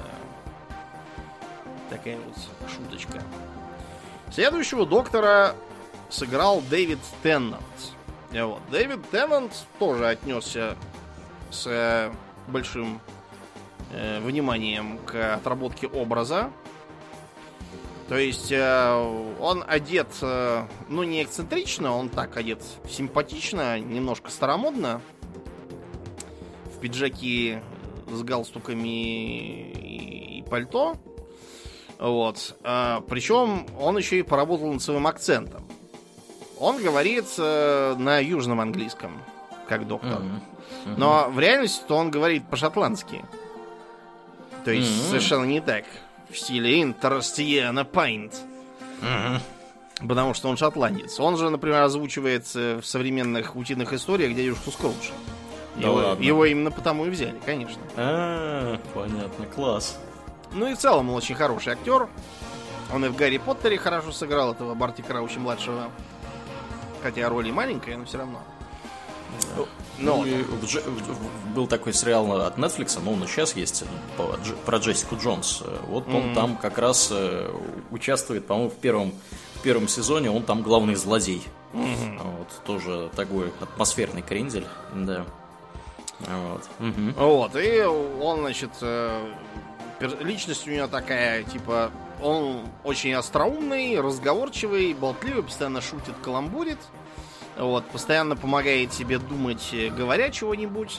вот шуточка. Следующего доктора сыграл Дэвид Теннант. Вот. Дэвид Теннант тоже отнесся с большим вниманием к отработке образа. То есть он одет, не эксцентрично, он так одет симпатично, немножко старомодно. В пиджаке с галстуками и пальто. Вот. Причем он еще и поработал над своим акцентом. Он говорит на южном английском, как доктор. Но в реальности-то он говорит по-шотландски. То есть совершенно не так. В стиле Interstiana Pint. Потому что он шотландец. Он же, например, озвучивает в современных утиных историях дядюшку Скрудж. Его именно потому и взяли, конечно. Понятно, класс. Ну и в целом он очень хороший актер. Он и в Гарри Поттере хорошо сыграл этого Барти Крауча-младшего. Хотя роль и маленькая, но все равно. Был такой сериал от Netflix, но он и сейчас есть, про Джессику Джонс. Вот он там как раз участвует, по-моему, в первом сезоне, он там главный злодей. Вот, тоже такой атмосферный крендель. Да. Вот, и он, значит, личность у него такая, типа, он очень остроумный, разговорчивый, болтливый, постоянно шутит, каламбурит. Вот, постоянно помогает себе думать, говоря чего-нибудь.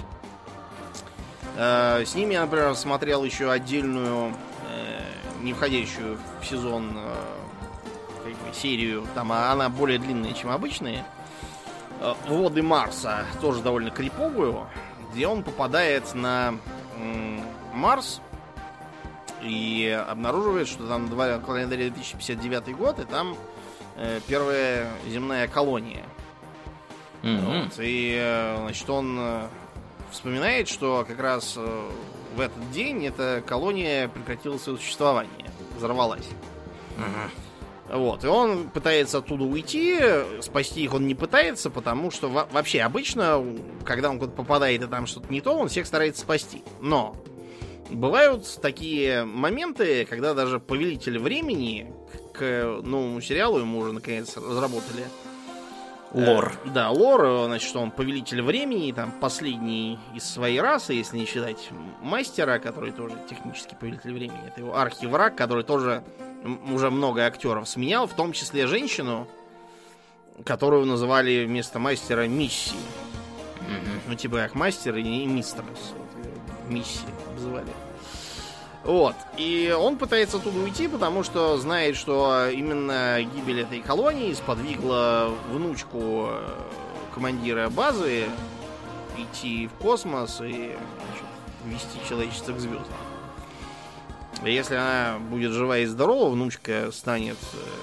С ними я, например, смотрел еще отдельную, не входящую в сезон серию. Там она более длинная, чем обычные. «Воды Марса», тоже довольно криповую, где он попадает на Марс и обнаруживает, что там в календаре 2059 год, и там первая земная колония. Вот, и, значит, он вспоминает, что как раз в этот день эта колония прекратила свое существование, взорвалась. Вот, и он пытается оттуда уйти, спасти их он не пытается, потому что вообще обычно, когда он куда-то попадает и там что-то не то, он всех старается спасти. Но бывают такие моменты, когда даже Повелитель Времени, к новому сериалу ему уже наконец разработали лор. Да, лор, значит, что он Повелитель Времени, там последний из своей расы, если не считать Мастера, который тоже технически Повелитель Времени. Это его архивраг, который тоже уже много актеров сменял, в том числе женщину, которую называли вместо Мастера Мисси. Ну, типа как Мастер и Мистерс. Мисси обзывали. Вот. И он пытается оттуда уйти, потому что знает, что именно гибель этой колонии сподвигла внучку командира базы идти в космос и, значит, вести человечество к звездам. И если она будет жива и здорова, внучка станет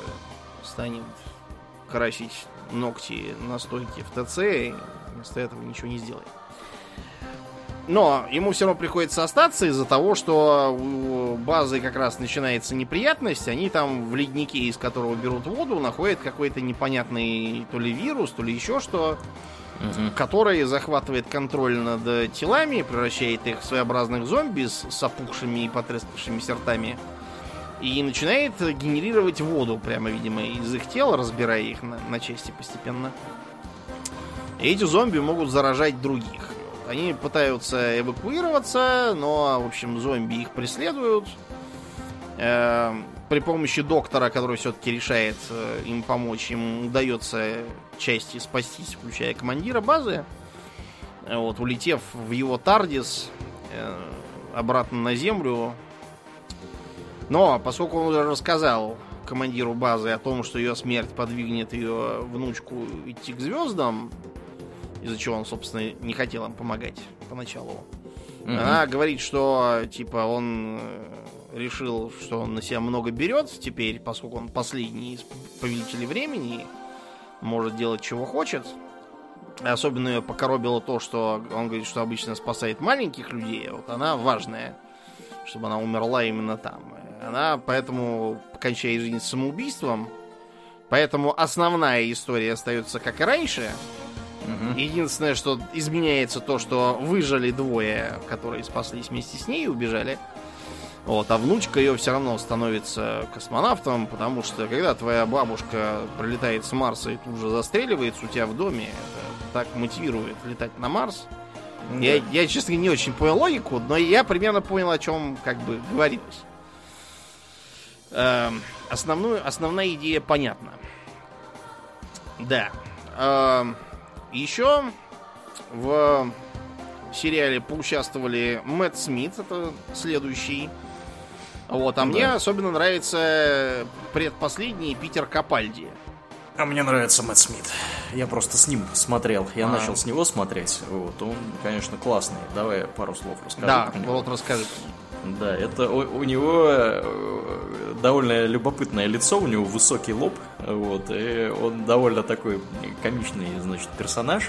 красить ногти на стойке в ТЦ, и вместо этого ничего не сделает. Но ему все равно приходится остаться из-за того, что у базы как раз начинается неприятность. Они там в леднике, из которого берут воду, находят какой-то непонятный то ли вирус, то ли еще что, который захватывает контроль над телами, превращает их в своеобразных зомби с опухшими и потрескавшимися ртами. И начинает генерировать воду прямо, видимо, из их тел, разбирая их на части постепенно. И эти зомби могут заражать других. Они пытаются эвакуироваться, но, в общем, зомби их преследуют. При помощи доктора, который все-таки решает им помочь, им удается части спастись, включая командира базы. Вот, улетев в его Тардис обратно на Землю. Но, поскольку он уже рассказал командиру базы о том, что ее смерть подвигнет ее внучку идти к звездам, из-за чего он, собственно, не хотел им помогать поначалу. Она говорит, что, типа, он решил, что он на себя много берет теперь, поскольку он последний из повелителей времени, может делать, чего хочет. Особенно ее покоробило то, что он говорит, что обычно спасает маленьких людей, а вот она важная, чтобы она умерла именно там. Она поэтому кончает жизнь самоубийством, поэтому основная история остается как и раньше. Единственное, что изменяется, то, что выжили двое, которые спаслись вместе с ней и убежали. Вот, а внучка ее все равно становится космонавтом, потому что когда твоя бабушка прилетает с Марса и тут же застреливается у тебя в доме, это так мотивирует летать на Марс. Да. Я, честно, не очень понял логику, но я примерно понял, о чем как бы говорилось. Основная идея понятна. Да. Еще в сериале поучаствовали Мэтт Смит, это следующий. Вот, а мне особенно нравится предпоследний Питер Капальди. А мне нравится Мэтт Смит. Я просто с ним смотрел. Я начал с него смотреть. Вот, он, конечно, классный. Давай пару слов расскажи. Да, вот расскажи. Да, это у него довольно любопытное лицо, у него высокий лоб, вот, и он довольно такой комичный, значит, персонаж.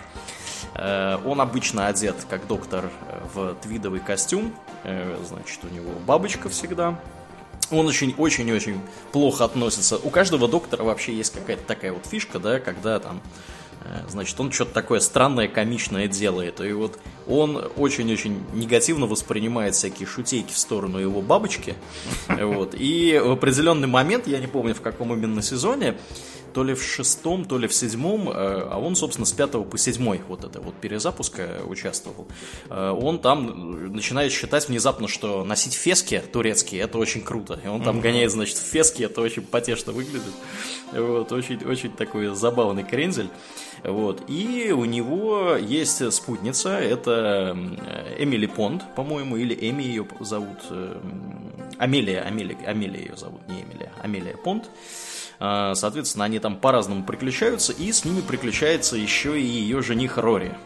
Он обычно одет как доктор в твидовый костюм, значит, у него бабочка всегда. Он очень-очень плохо относится. У каждого доктора вообще есть какая-то такая вот фишка, да, когда там, значит, он что-то такое странное, комичное делает. И вот он очень-очень негативно воспринимает всякие шутейки в сторону его бабочки. Вот. И в определенный момент, я не помню в каком именно сезоне, то ли в 6-м, то ли в 7-м, а он, собственно, с 5 по 7 вот это вот перезапуска участвовал. Он там начинает считать внезапно, что носить фески турецкие это очень круто. И он там гоняет, значит, в феске, это очень потешно выглядит. Вот, очень такой забавный крендель. Вот. И у него есть спутница, это Эмили Понт, по-моему, или Эми ее зовут. Амелия ее зовут, не Эмилия, Амелия Понт. Соответственно, они там по-разному приключаются, и с ними приключается еще и ее жених Рори,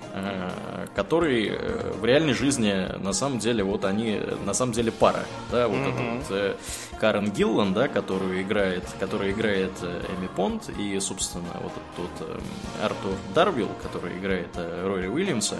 который в реальной жизни, на самом деле, вот они, на самом деле, пара, да, вот это вот Карен Гиллан, да, которая играет Эми Понт, и, собственно, вот этот Артур Дарвилл, который играет Рори Уильямса,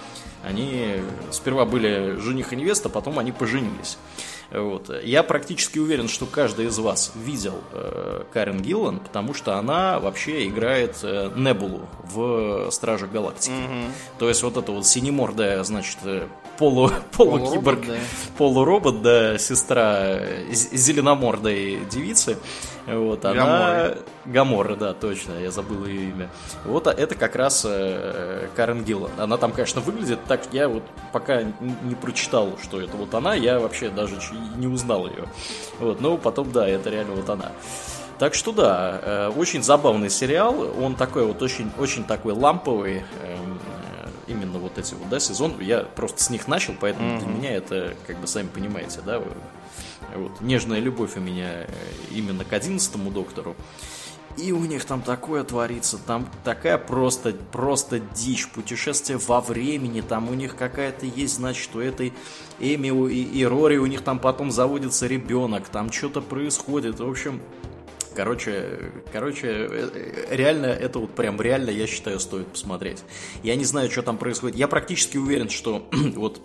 они сперва были жених и невеста, потом они поженились. Вот. Я практически уверен, что каждый из вас видел Карен Гиллан, потому что она вообще играет Небулу в Стражах Галактики. То есть вот эта вот синемордая, значит, полукиборг, полуробот, да, сестра зеленомордой девицы. Вот, она... Гамора, да, точно, я забыл ее имя. Вот это как раз Карен Гиллан. Она там, конечно, выглядит так, я вот пока не прочитал, что это вот она, я вообще даже не узнал ее. Вот, но потом, да, это реально вот она. Так что да, очень забавный сериал, он такой вот очень такой ламповый, именно вот эти вот, да, сезон. Я просто с них начал, поэтому для меня это, как бы, сами понимаете, да, вот, нежная любовь у меня именно к 11-му Доктору. И у них там такое творится, там такая просто дичь, путешествие во времени, там у них какая-то есть, значит, у этой Эми и Рори, у них там потом заводится ребенок, там что-то происходит, в общем, короче, реально, это вот прям реально, я считаю, стоит посмотреть. Я не знаю, что там происходит, я практически уверен, что вот...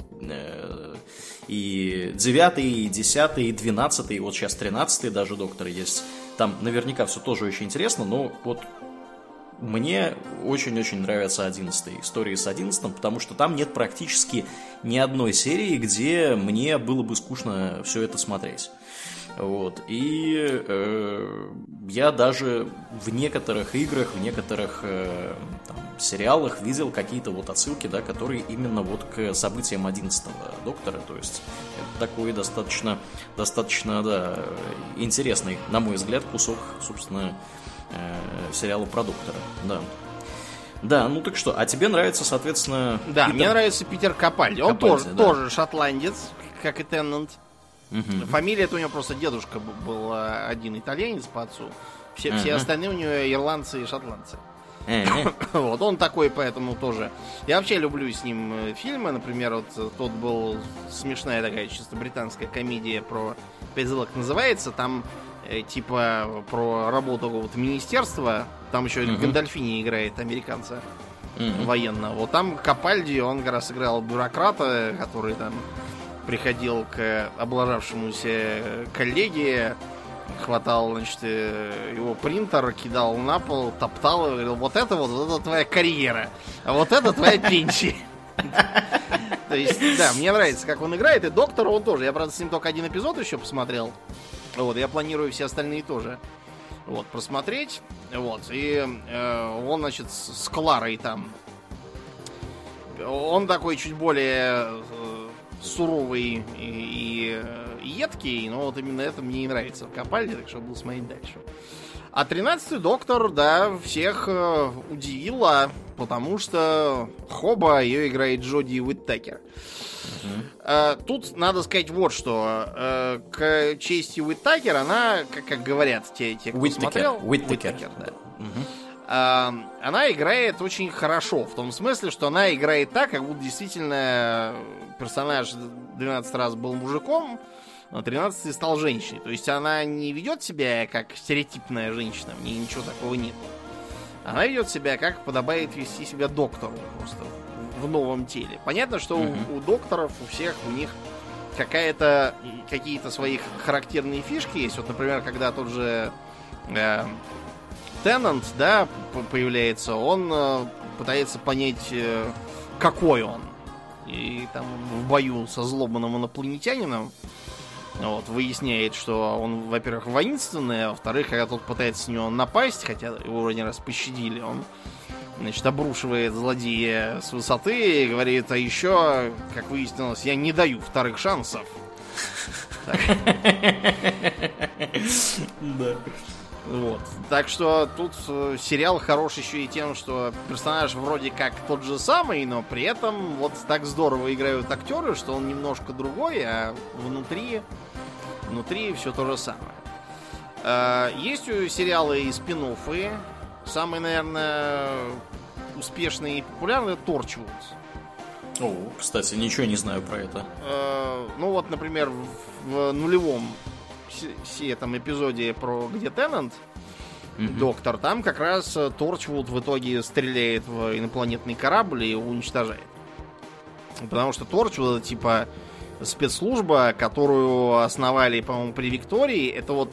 И 9, и 10, и 12, и вот сейчас 13 даже Доктор есть. Там наверняка все тоже очень интересно, но вот мне очень-очень нравятся 11 истории с 11, потому что там нет практически ни одной серии, где мне было бы скучно все это смотреть. Вот. И я даже в некоторых играх, в некоторых там, сериалах видел какие-то вот отсылки, да, которые именно вот к событиям 11-го Доктора. То есть это такой достаточно, да, интересный, на мой взгляд, кусок, собственно, сериала про Доктора. Да. Да, ну так что, а тебе нравится, соответственно... Да, Питер... мне нравится Питер Капальди. Он тоже шотландец, как и Теннант. Фамилия-то у него просто дедушка был один итальянец по отцу. Все остальные у него ирландцы и шотландцы. Вот, он такой, поэтому тоже. Я вообще люблю с ним фильмы. Например, вот тот был смешная такая чисто британская комедия про Пейзелок называется. Там типа про работу какого-то министерства. Там еще Гандальфини играет, американца военного. Вот там Капальди, он как раз играл бюрократа, который там приходил к облажавшемуся коллеге, хватал, значит, его принтер, кидал на пол, топтал и говорил: вот это твоя карьера, а вот это твоя пенсия. То есть, да, мне нравится, как он играет, и Доктор он тоже. Я, правда, с ним только один эпизод еще посмотрел. Вот, я планирую все остальные тоже вот просмотреть. Вот, и он, значит, с Кларой там. Он такой чуть более суровый и едкий, но вот именно это мне и нравится в Капальди, так что буду смотреть дальше. А 13-й Доктор, да, всех удивила, потому что Хоба, ее играет Джоди Уиттакер. Тут надо сказать вот что. К чести Уиттакер, она, как говорят те, кто смотрел... Уиттакер, да. Она играет очень хорошо, в том смысле, что она играет так, как будто действительно персонаж 12 раз был мужиком, но 13 стал женщиной. То есть она не ведет себя как стереотипная женщина, в ней ничего такого нет. Она ведет себя, как подобает вести себя доктору, просто в новом теле. Понятно, что у докторов, у всех, у них какие-то свои характерные фишки есть. Вот, например, когда тот же Теннант, да, появляется, он пытается понять, какой он. И там в бою со злобным инопланетянином вот, выясняет, что он, во-первых, воинственный, а во-вторых, когда тот пытается с него напасть, хотя его один раз пощадили, он, значит, обрушивает злодея с высоты и говорит: а еще, как выяснилось, я не даю вторых шансов. Да. Вот. Так что тут сериал хорош еще и тем, что персонаж вроде как тот же самый, но при этом вот так здорово играют актеры, что он немножко другой, а внутри все то же самое. Есть у сериала и спин-оффы. Самый, наверное, успешный и популярный — Торчвуд. О, кстати, ничего не знаю про это. Ну вот, например, в нулевом этом эпизоде про где Теннант, Доктор, там как раз Торчвуд в итоге стреляет в инопланетный корабль и его уничтожает. Потому что Торчвуд — это типа спецслужба, которую основали, по-моему, при Виктории. Это вот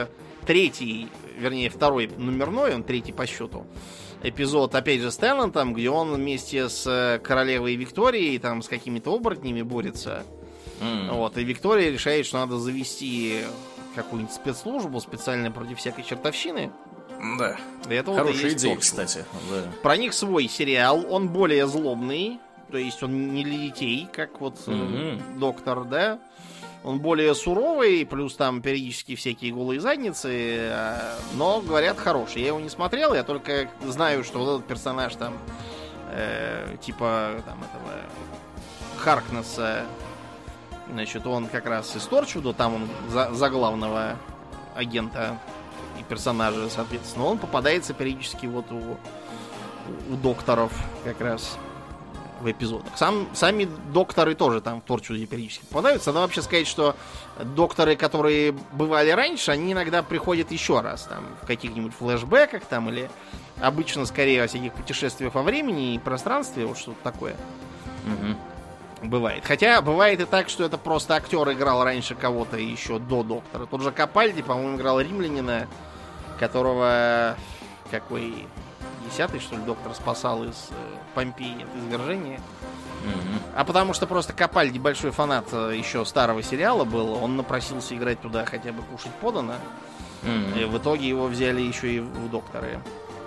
второй номерной, он третий по счету эпизод, опять же, с Теннантом, где он вместе с королевой Викторией там с какими-то оборотнями борется. Вот, и Виктория решает, что надо завести какую-нибудь спецслужбу специально против всякой чертовщины. Да. Это хорошая вот идея, кстати. Да. Про них свой сериал, он более злобный, то есть он не для детей, как вот Доктор, да. Он более суровый, плюс там периодически всякие голые задницы, но, говорят, хороший. Я его не смотрел, я только знаю, что вот этот персонаж там типа там этого Харкнесса. Значит, он как раз из Торчвуда, там он за главного агента и персонажа, соответственно, он попадается периодически вот у докторов как раз в эпизодах. Сами докторы тоже там в Торчвуде периодически попадаются. Надо вообще сказать, что докторы, которые бывали раньше, они иногда приходят еще раз там в каких-нибудь флешбеках там или обычно скорее во всяких путешествиях во времени и пространстве, вот что-то такое. Бывает. Хотя бывает и так, что это просто актер играл раньше кого-то еще до доктора. Тот же Капальди, по-моему, играл римлянина, которого какой 10-й, что ли, доктор спасал из Помпеи от извержения. А потому что просто Капальди большой фанат еще старого сериала был. Он напросился играть туда хотя бы кушать подано. И в итоге его взяли еще и в докторы.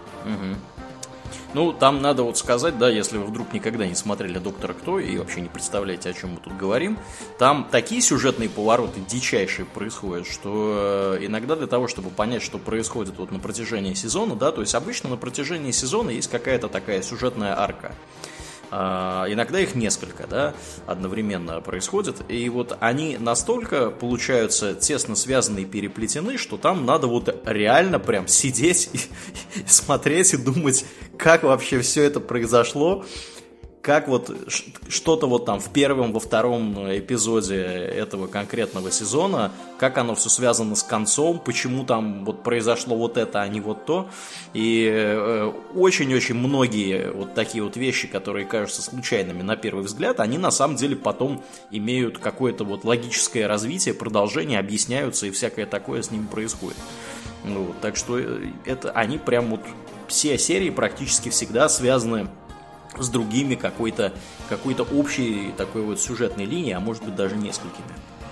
Ну, там надо вот сказать, да, если вы вдруг никогда не смотрели «Доктора Кто» и вообще не представляете, о чем мы тут говорим, там такие сюжетные повороты дичайшие происходят, что иногда для того, чтобы понять, что происходит вот на протяжении сезона, да, то есть обычно на протяжении сезона есть какая-то такая сюжетная арка. Иногда их несколько, да, одновременно происходит. И вот они настолько получаются тесно связаны и переплетены, что там надо вот реально прям сидеть и смотреть и думать, как вообще все это произошло. Как вот что-то вот там в первом, во втором эпизоде этого конкретного сезона, как оно все связано с концом, почему там вот произошло вот это, а не вот то. И очень-очень многие вот такие вот вещи, которые кажутся случайными на первый взгляд, они на самом деле потом имеют какое-то вот логическое развитие, продолжение, объясняются и всякое такое с ними происходит. Вот, так что это они прям вот все серии практически всегда связаны с другими какой-то общей такой вот сюжетной линией, а может быть даже несколькими.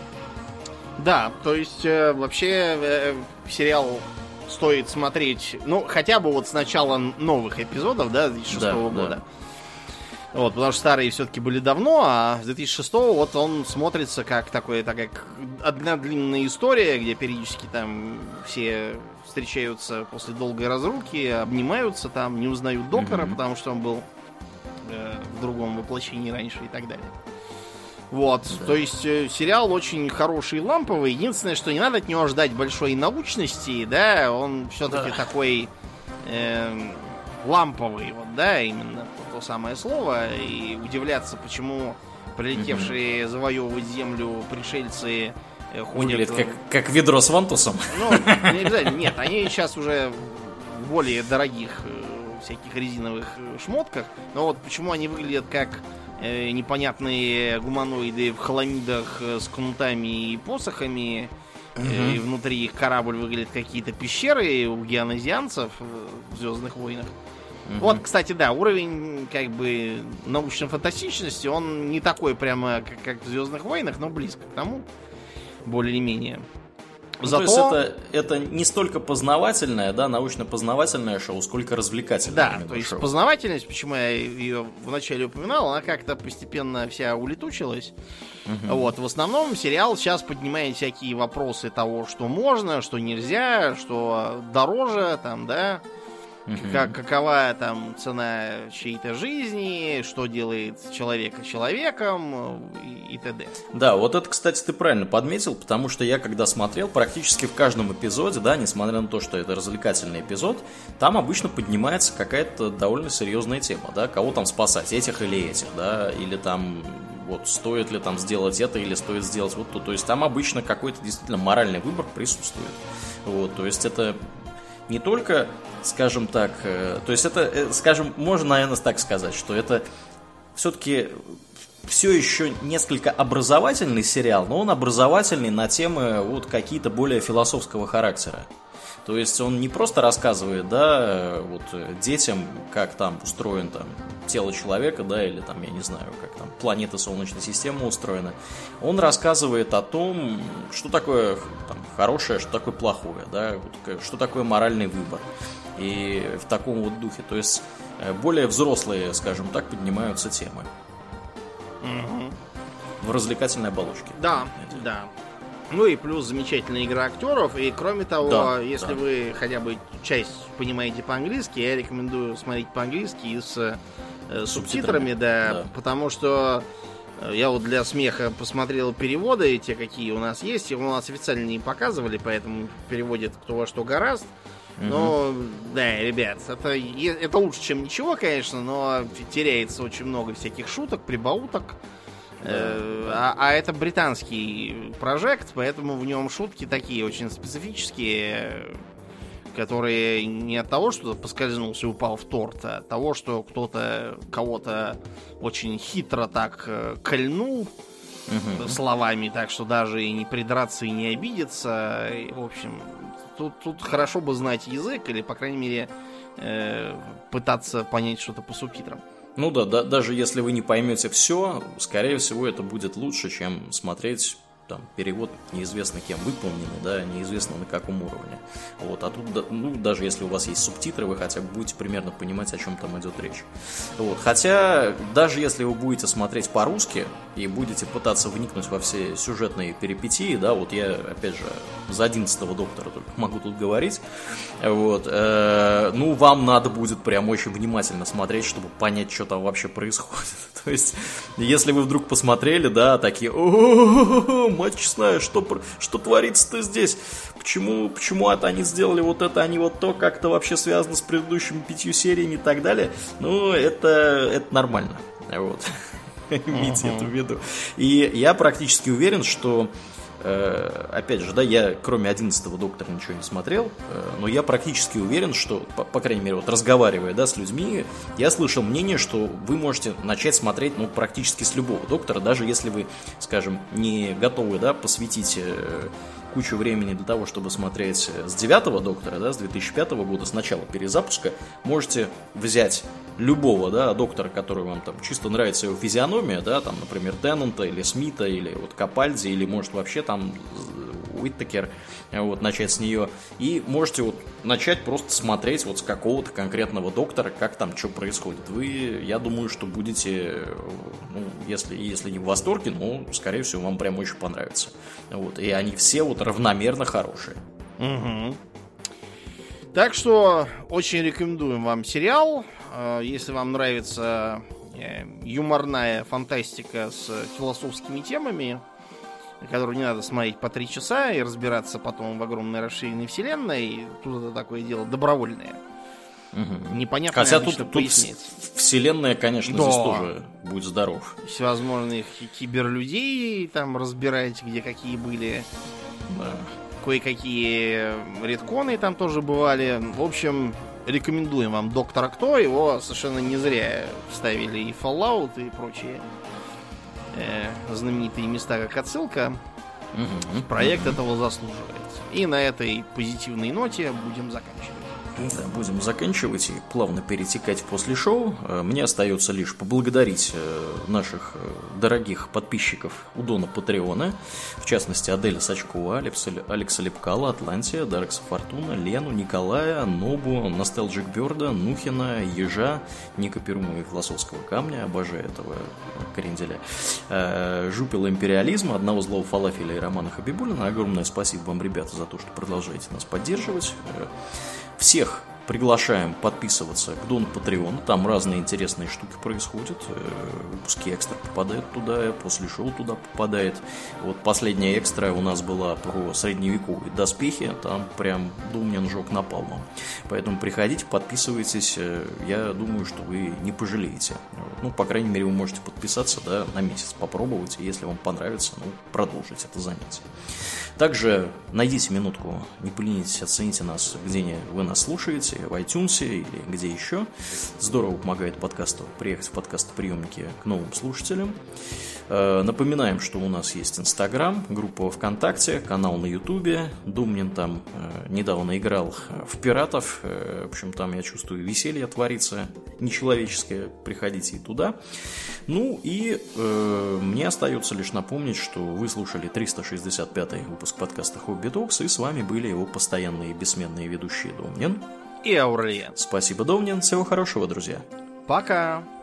Да, то есть вообще сериал стоит смотреть, ну, хотя бы вот с начала новых эпизодов, да, 2006 года. Да. Вот, потому что старые все-таки были давно, а с 2006 вот он смотрится как такая одна длинная история, где периодически там все встречаются после долгой разруки, обнимаются там, не узнают доктора, потому что он был в другом воплощении раньше и так далее. Вот, да. То есть сериал очень хороший и ламповый. Единственное, что не надо от него ждать большой научности, да, он все-таки такой ламповый, вот, да, именно то самое слово. И удивляться, почему прилетевшие завоевывать землю пришельцы ходят... Выглядит как ведро с вантусом. Ну, не обязательно, нет, они сейчас уже в более дорогих всяких резиновых шмотках, но вот почему они выглядят как непонятные гуманоиды в хламидах с кнутами и посохами, и внутри их корабль выглядит какие-то пещеры у геонезианцев в «Звездных войнах». Вот, кстати, да, уровень как бы научно-фантастичности, он не такой прямо, как в «Звездных войнах», но близко к тому, более или менее. Зато... То есть это не столько познавательное, да, научно-познавательное шоу, сколько развлекательное. Да, то есть шоу. Познавательность, почему я ее вначале упоминал, она как-то постепенно вся улетучилась. Вот, в основном сериал сейчас поднимает всякие вопросы того, что можно, что нельзя, что дороже, там, да, какова там цена чьей-то жизни, что делает человека человеком и т.д. Да, вот это, кстати, ты правильно подметил, потому что я, когда смотрел, практически в каждом эпизоде, да, несмотря на то, что это развлекательный эпизод, там обычно поднимается какая-то довольно серьезная тема, да, кого там спасать, этих или этих, да, или там... Вот, стоит ли там сделать это или стоит сделать вот то. То есть там обычно какой-то действительно моральный выбор присутствует. Вот, то есть это не только, скажем так, то есть это, скажем, можно, наверное, так сказать, что это все-таки все еще несколько образовательный сериал, но он образовательный на темы вот какие-то более философского характера. То есть он не просто рассказывает, да, вот детям, как там устроен там тело человека, да, или там, я не знаю, как там планета Солнечной системы устроена. Он рассказывает о том, что такое там хорошее, что такое плохое, да, вот, что такое моральный выбор. И в таком вот духе. То есть более взрослые, скажем так, поднимаются темы. В развлекательной оболочке. Да, да. Ну и плюс замечательная игра актеров. И кроме того, Да, если да. вы хотя бы часть понимаете по-английски, я рекомендую смотреть по-английски и с субтитрами, да, да. потому что я вот для смеха посмотрел переводы, те, какие у нас есть. И у нас официально не показывали, поэтому переводит кто во что гораст. Но, да, ребят, это лучше, чем ничего, конечно, но теряется очень много всяких шуток, прибауток. А это британский прожект, поэтому в нем шутки такие очень специфические, которые не от того, что поскользнулся и упал в торт, а от того, что кто-то кого-то очень хитро так кольнул словами, так что даже и не придраться, и не обидеться. И, в общем, тут хорошо бы знать язык, или, по крайней мере, пытаться понять что-то по субтитрам. Ну да, даже если вы не поймете все, скорее всего, это будет лучше, чем смотреть там перевод неизвестно кем выполненный, да, неизвестно на каком уровне. Вот, а тут, ну, даже если у вас есть субтитры, вы хотя бы будете примерно понимать, о чем там идет речь. Вот, хотя, даже если вы будете смотреть по-русски и будете пытаться вникнуть во все сюжетные перипетии, да, вот я, опять же, за 11-го доктора только могу тут говорить, вот, ну, вам надо будет прям очень внимательно смотреть, чтобы понять, что там вообще происходит. То есть, если вы вдруг посмотрели, да, такие, мать честная, что творится-то здесь? Почему это они сделали вот это, а не вот то, как-то вообще связано с предыдущими 5 сериями и так далее? Ну, это нормально. Вот. Имейте это в виду. И я практически уверен, что опять же, да, я кроме 11-го доктора ничего не смотрел, но я практически уверен, что, по крайней мере, вот разговаривая, да, с людьми, я слышал мнение, что вы можете начать смотреть, ну, практически с любого доктора, даже если вы, скажем, не готовы, да, посвятить кучу времени для того, чтобы смотреть с 9-го доктора, да, с 2005 года, с начала перезапуска, можете взять любого, да, доктора, который вам там чисто нравится его физиономия, да, там, например, Теннанта или Смита, или вот Капальди, или, может, вообще там Уиттекер, вот, начать с нее, и можете вот начать просто смотреть вот с какого-то конкретного доктора, как там что происходит. Вы, я думаю, что будете, ну, если не в восторге, но, скорее всего, вам прям очень понравится. Вот, и они все вот равномерно хорошие. Угу. Так что очень рекомендуем вам сериал. Если вам нравится юморная фантастика с философскими темами, которую не надо смотреть по 3 часа и разбираться потом в огромной расширенной вселенной, тут это такое дело добровольное. Угу. Непонятно, хотя обычно тут пояснить. Вселенная, конечно, да. Здесь тоже будь здоров. Всевозможных киберлюдей там разбирать, где какие были. Да. Кое-какие редконы там тоже бывали. В общем, рекомендуем вам Доктора Кто. Его совершенно не зря вставили и Fallout, и прочие знаменитые места, как отсылка. Проект этого заслуживает. И на этой позитивной ноте будем заканчивать. Да, будем заканчивать и плавно перетекать в после шоу. Мне остается лишь поблагодарить наших дорогих подписчиков у Дона Патреона, в частности Аделя Сачкова, Алекса Лепкала, Атлантия, Даркса Фортуна, Лену, Николая, Нобу, Носталджик Бёрда, Нухина, Ежа, Ника Перумова и Философского камня, обожаю этого кренделя, Жупила Империализма, Одного злого фалафеля и Романа Хабибулина. Огромное спасибо вам, ребята, за то, что продолжаете нас поддерживать. Всех приглашаем подписываться к Дону Патреон. Там разные интересные штуки происходят. Выпуски экстра попадают туда, после шоу туда попадает. Вот последняя экстра у нас была про средневековые доспехи. Там прям Домнин жег напалмом. Поэтому приходите, подписывайтесь. Я думаю, что вы не пожалеете. Ну, по крайней мере, вы можете подписаться, да, на месяц попробовать. И если вам понравится, ну, продолжить это занятие. Также найдите минутку, не поленитесь, оцените нас, где вы нас слушаете, в iTunes или где еще. Здорово помогает подкасту приехать в подкастоприемники к новым слушателям. Напоминаем, что у нас есть Инстаграм, группа ВКонтакте, канал на Ютубе. Думнин там недавно играл в пиратов. В общем, там, я чувствую, веселье творится нечеловеческое. Приходите и туда. Ну и мне остается лишь напомнить, что вы слушали 365-й выпуск подкаста Хобби Докс, и с вами были его постоянные бессменные ведущие Домнин и Аурельян. Спасибо, Домнин. Всего хорошего, друзья. Пока.